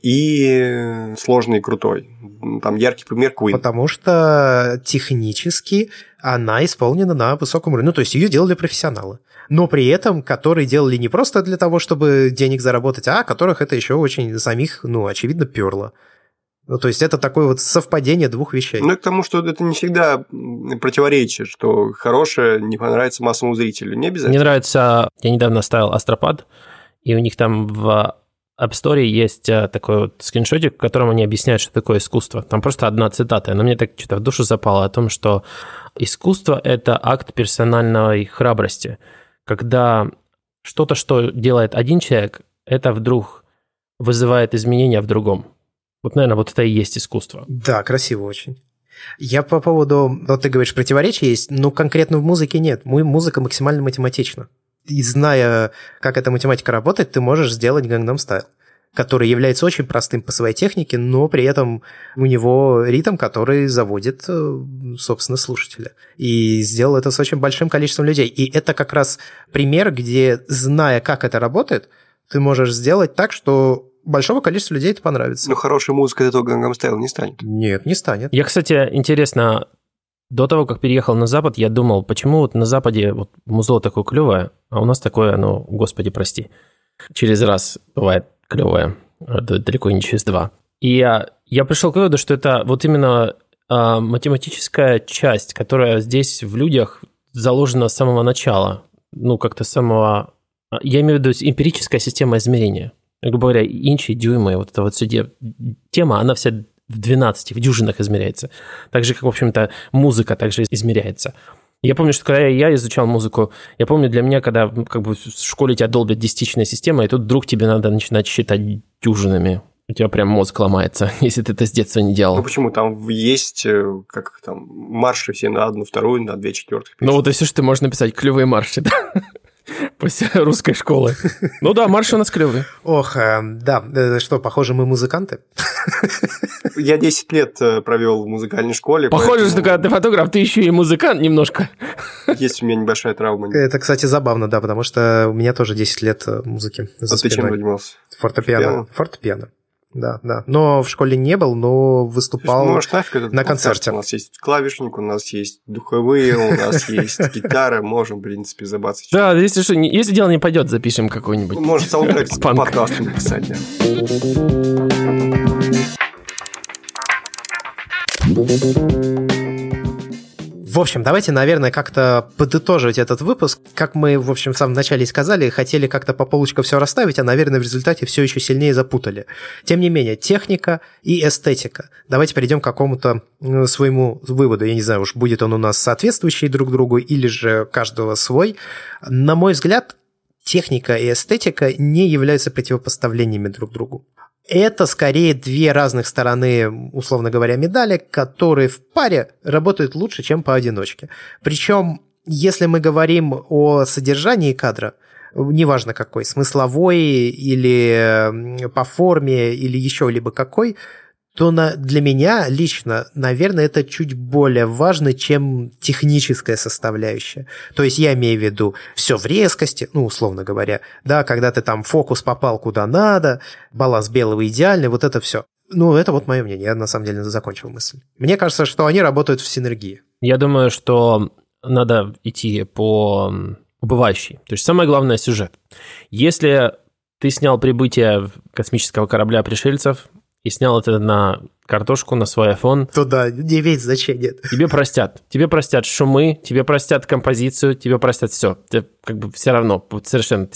и сложной и крутой. Там яркий пример Queen.
Потому что технически она исполнена на высоком уровне. Ну, то есть ее делали профессионалы. Но при этом, которые делали не просто для того, чтобы денег заработать, а которых это еще очень самих, ну, очевидно, перло. Ну, то есть это такое вот совпадение двух вещей.
Ну, и к тому, что это не всегда противоречит, что хорошее не понравится массовому зрителю. Не обязательно.
Мне нравится, я недавно ставил Астропад, и у них там в App Store есть такой вот скриншотик, в котором они объясняют, что такое искусство. Там просто одна цитата, но мне так что-то в душу запало о том, что искусство – это акт персональной храбрости. Когда что-то, что делает один человек, это вдруг вызывает изменения в другом. Вот, наверное, вот это и есть искусство.
Да, красиво очень. Я по поводу, вот ты говоришь, противоречия есть, но конкретно в музыке нет. Музыка максимально математична. И зная, как эта математика работает, ты можешь сделать Gangnam Style, который является очень простым по своей технике, но при этом у него ритм, который заводит, собственно, слушателя. И сделал это с очень большим количеством людей. И это как раз пример, где, зная, как это работает, ты можешь сделать так, что большого количества людей это понравится.
Но хорошая музыка от этого Gangnam Style не станет.
Нет, не станет.
Я, кстати, интересно, до того, как переехал на Запад, я думал, почему вот на Западе вот музло такое клевое, а у нас такое, ну, господи, прости, через раз бывает клевое, далеко не через два. И я пришел к выводу, что это вот именно математическая часть, которая здесь в людях заложена с самого начала, ну, как-то с самого... Я имею в виду эмпирическая система измерения. Грубо говоря, инчи, дюймы, вот эта вот вся тема, она вся в 12, в дюжинах измеряется. Так же, как, в общем-то, музыка также измеряется. Я помню, что когда я изучал музыку, я помню, для меня, когда как бы в школе тебя долбят десятичная система, и тут вдруг тебе надо начинать считать дюжинами. У тебя прям мозг ломается, если ты это с детства не делал.
Ну почему? Там есть как там марши все на 1/2, на 2/4.
Ну вот и все, что ты можешь написать, клевые марши, да? После русской школы. Ну да, марши у нас клевые.
Ох, да, что, похоже, мы музыканты?
Я 10 лет провел в музыкальной школе.
Похоже, что когда ты фотограф, ты еще и музыкант немножко.
Есть у меня небольшая травма.
Это, кстати, забавно, да, потому что у меня тоже 10 лет музыки за спиной.
А ты чем занимался?
Фортепиано. Фортепиано. Да. Но в школе не был, но выступал на концерте.
У нас есть клавишник, у нас есть духовые, у нас есть гитара, можем, в принципе, забацать.
Да, если дело не пойдет, запишем какой-нибудь.
Может, саундтрек с подкастом написать, да.
В общем, давайте, наверное, как-то подытоживать этот выпуск. Как мы, в общем, в самом начале сказали, хотели как-то по полочкам все расставить, а, наверное, в результате все еще сильнее запутали. Тем не менее, техника и эстетика. Давайте перейдем к какому-то своему выводу. Я не знаю, уж будет он у нас соответствующий друг другу или же каждого свой. На мой взгляд, техника и эстетика не являются противопоставлениями друг другу. Это скорее две разных стороны, условно говоря, медали, которые в паре работают лучше, чем поодиночке. Причем, если мы говорим о содержании кадра, неважно какой, смысловой или по форме, или еще либо какой, то для меня лично, наверное, это чуть более важно, чем техническая составляющая. То есть я имею в виду все в резкости, ну, условно говоря, да, когда ты там фокус попал куда надо, баланс белого идеальный, вот это все. Ну, это вот мое мнение, я на самом деле закончил мысль. Мне кажется, что они работают в синергии.
Я думаю, что надо идти по убывающей. То есть самое главное – сюжет. Если ты снял прибытие космического корабля пришельцев и снял это на картошку, на свой iPhone,
то да, не имеет значения.
Тебе простят. Тебе простят шумы, тебе простят композицию, тебе простят все. Тебе как бы все равно, совершенно. Ты снял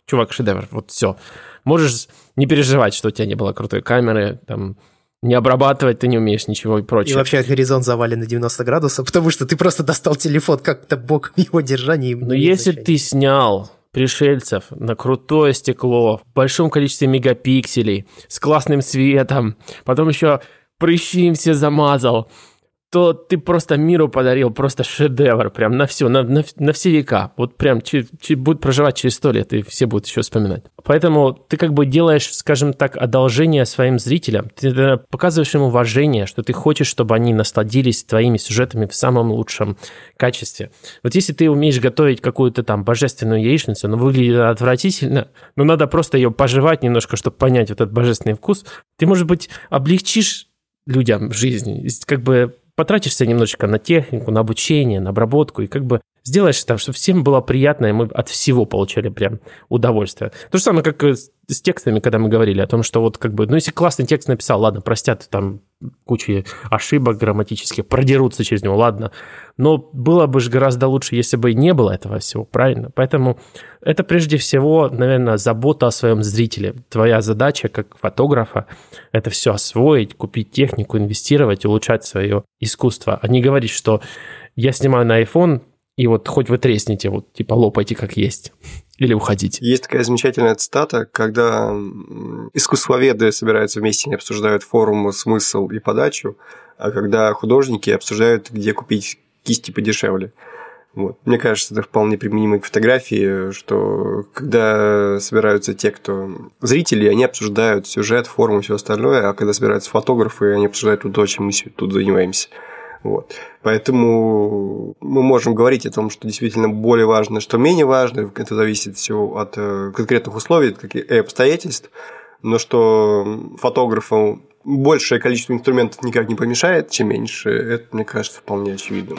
чувак, шедевр, вот все. Можешь не переживать, что у тебя не было крутой камеры, там, не обрабатывать ты не умеешь, ничего и прочее.
И вообще горизонт завален на 90 градусов, потому что ты просто достал телефон как-то боком его держания.
Но если ты снял пришельцев на крутое стекло, в большом количестве мегапикселей, с классным светом, потом еще прыщи им все замазал, то ты просто миру подарил просто шедевр, прям на все, на все века. Вот прям будут проживать через 100 лет, и все будут еще вспоминать. Поэтому ты как бы делаешь, скажем так, одолжение своим зрителям. Ты показываешь им уважение, что ты хочешь, чтобы они насладились твоими сюжетами в самом лучшем качестве. Вот если ты умеешь готовить какую-то там божественную яичницу, но выглядит отвратительно, но надо просто ее пожевать немножко, чтобы понять вот этот божественный вкус, ты, может быть, облегчишь людям жизнь, как бы потратишься немножечко на технику, на обучение, на обработку, и как бы сделаешь так, чтобы всем было приятно, и мы от всего получали прям удовольствие. То же самое, как с текстами, когда мы говорили о том, что вот как бы, ну, если классный текст написал, ладно, простят там кучу ошибок грамматических, продерутся через него, ладно, но было бы же гораздо лучше, если бы не было этого всего, правильно? Поэтому это прежде всего, наверное, забота о своем зрителе. Твоя задача как фотографа – это все освоить, купить технику, инвестировать, улучшать свое искусство, а не говорить, что я снимаю на iPhone, и вот хоть вы тресните, вот типа лопайте как есть, или уходите.
Есть такая замечательная цитата, когда искусствоведы собираются вместе и обсуждают форму, смысл и подачу, а когда художники обсуждают, где купить кисти подешевле. Вот. Мне кажется, это вполне применимо к фотографии, что когда собираются те, кто зрители, они обсуждают сюжет, форму и все остальное, а когда собираются фотографы, они обсуждают то, чем мы тут занимаемся. Вот. Поэтому мы можем говорить о том, что действительно более важно, что менее важно. Это зависит все от конкретных условий и обстоятельств. Но что фотографу большее количество инструментов никак не помешает, чем меньше, это, мне кажется, вполне очевидным.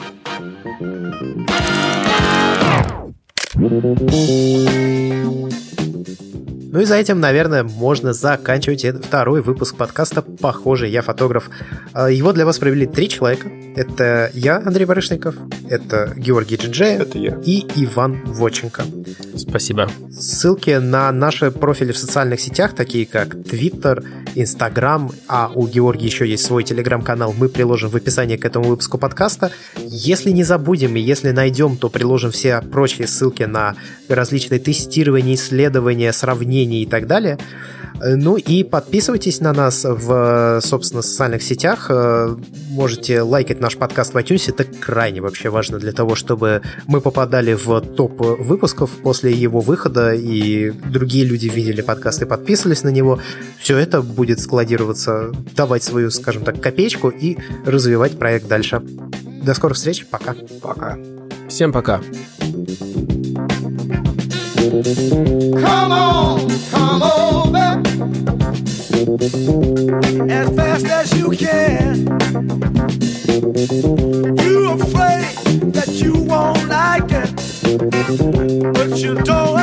Ну и за этим, наверное, можно заканчивать второй выпуск подкаста «Похоже, я фотограф». Его для вас провели 3 человека. Это я, Андрей Барышников, это Георгий Джиджеев,
это я.
И Иван Воченко.
Спасибо.
Ссылки на наши профили в социальных сетях, такие как Twitter, Instagram, а у Георгия еще есть свой телеграм-канал, мы приложим в описании к этому выпуску подкаста. Если не забудем и если найдем, то приложим все прочие ссылки на различные тестирования, исследования, сравнения и так далее. Ну и подписывайтесь на нас в, собственно, социальных сетях. Можете лайкать наш подкаст в iTunes. Это крайне вообще важно для того, чтобы мы попадали в топ выпусков после его выхода, и другие люди видели подкаст и подписывались на него. Все это будет складироваться, давать свою, скажем так, копеечку и развивать проект дальше. До скорых встреч. Пока.
Пока.
Всем пока.
Come on, come over as fast as you can. You're afraid that you won't like it, but you don't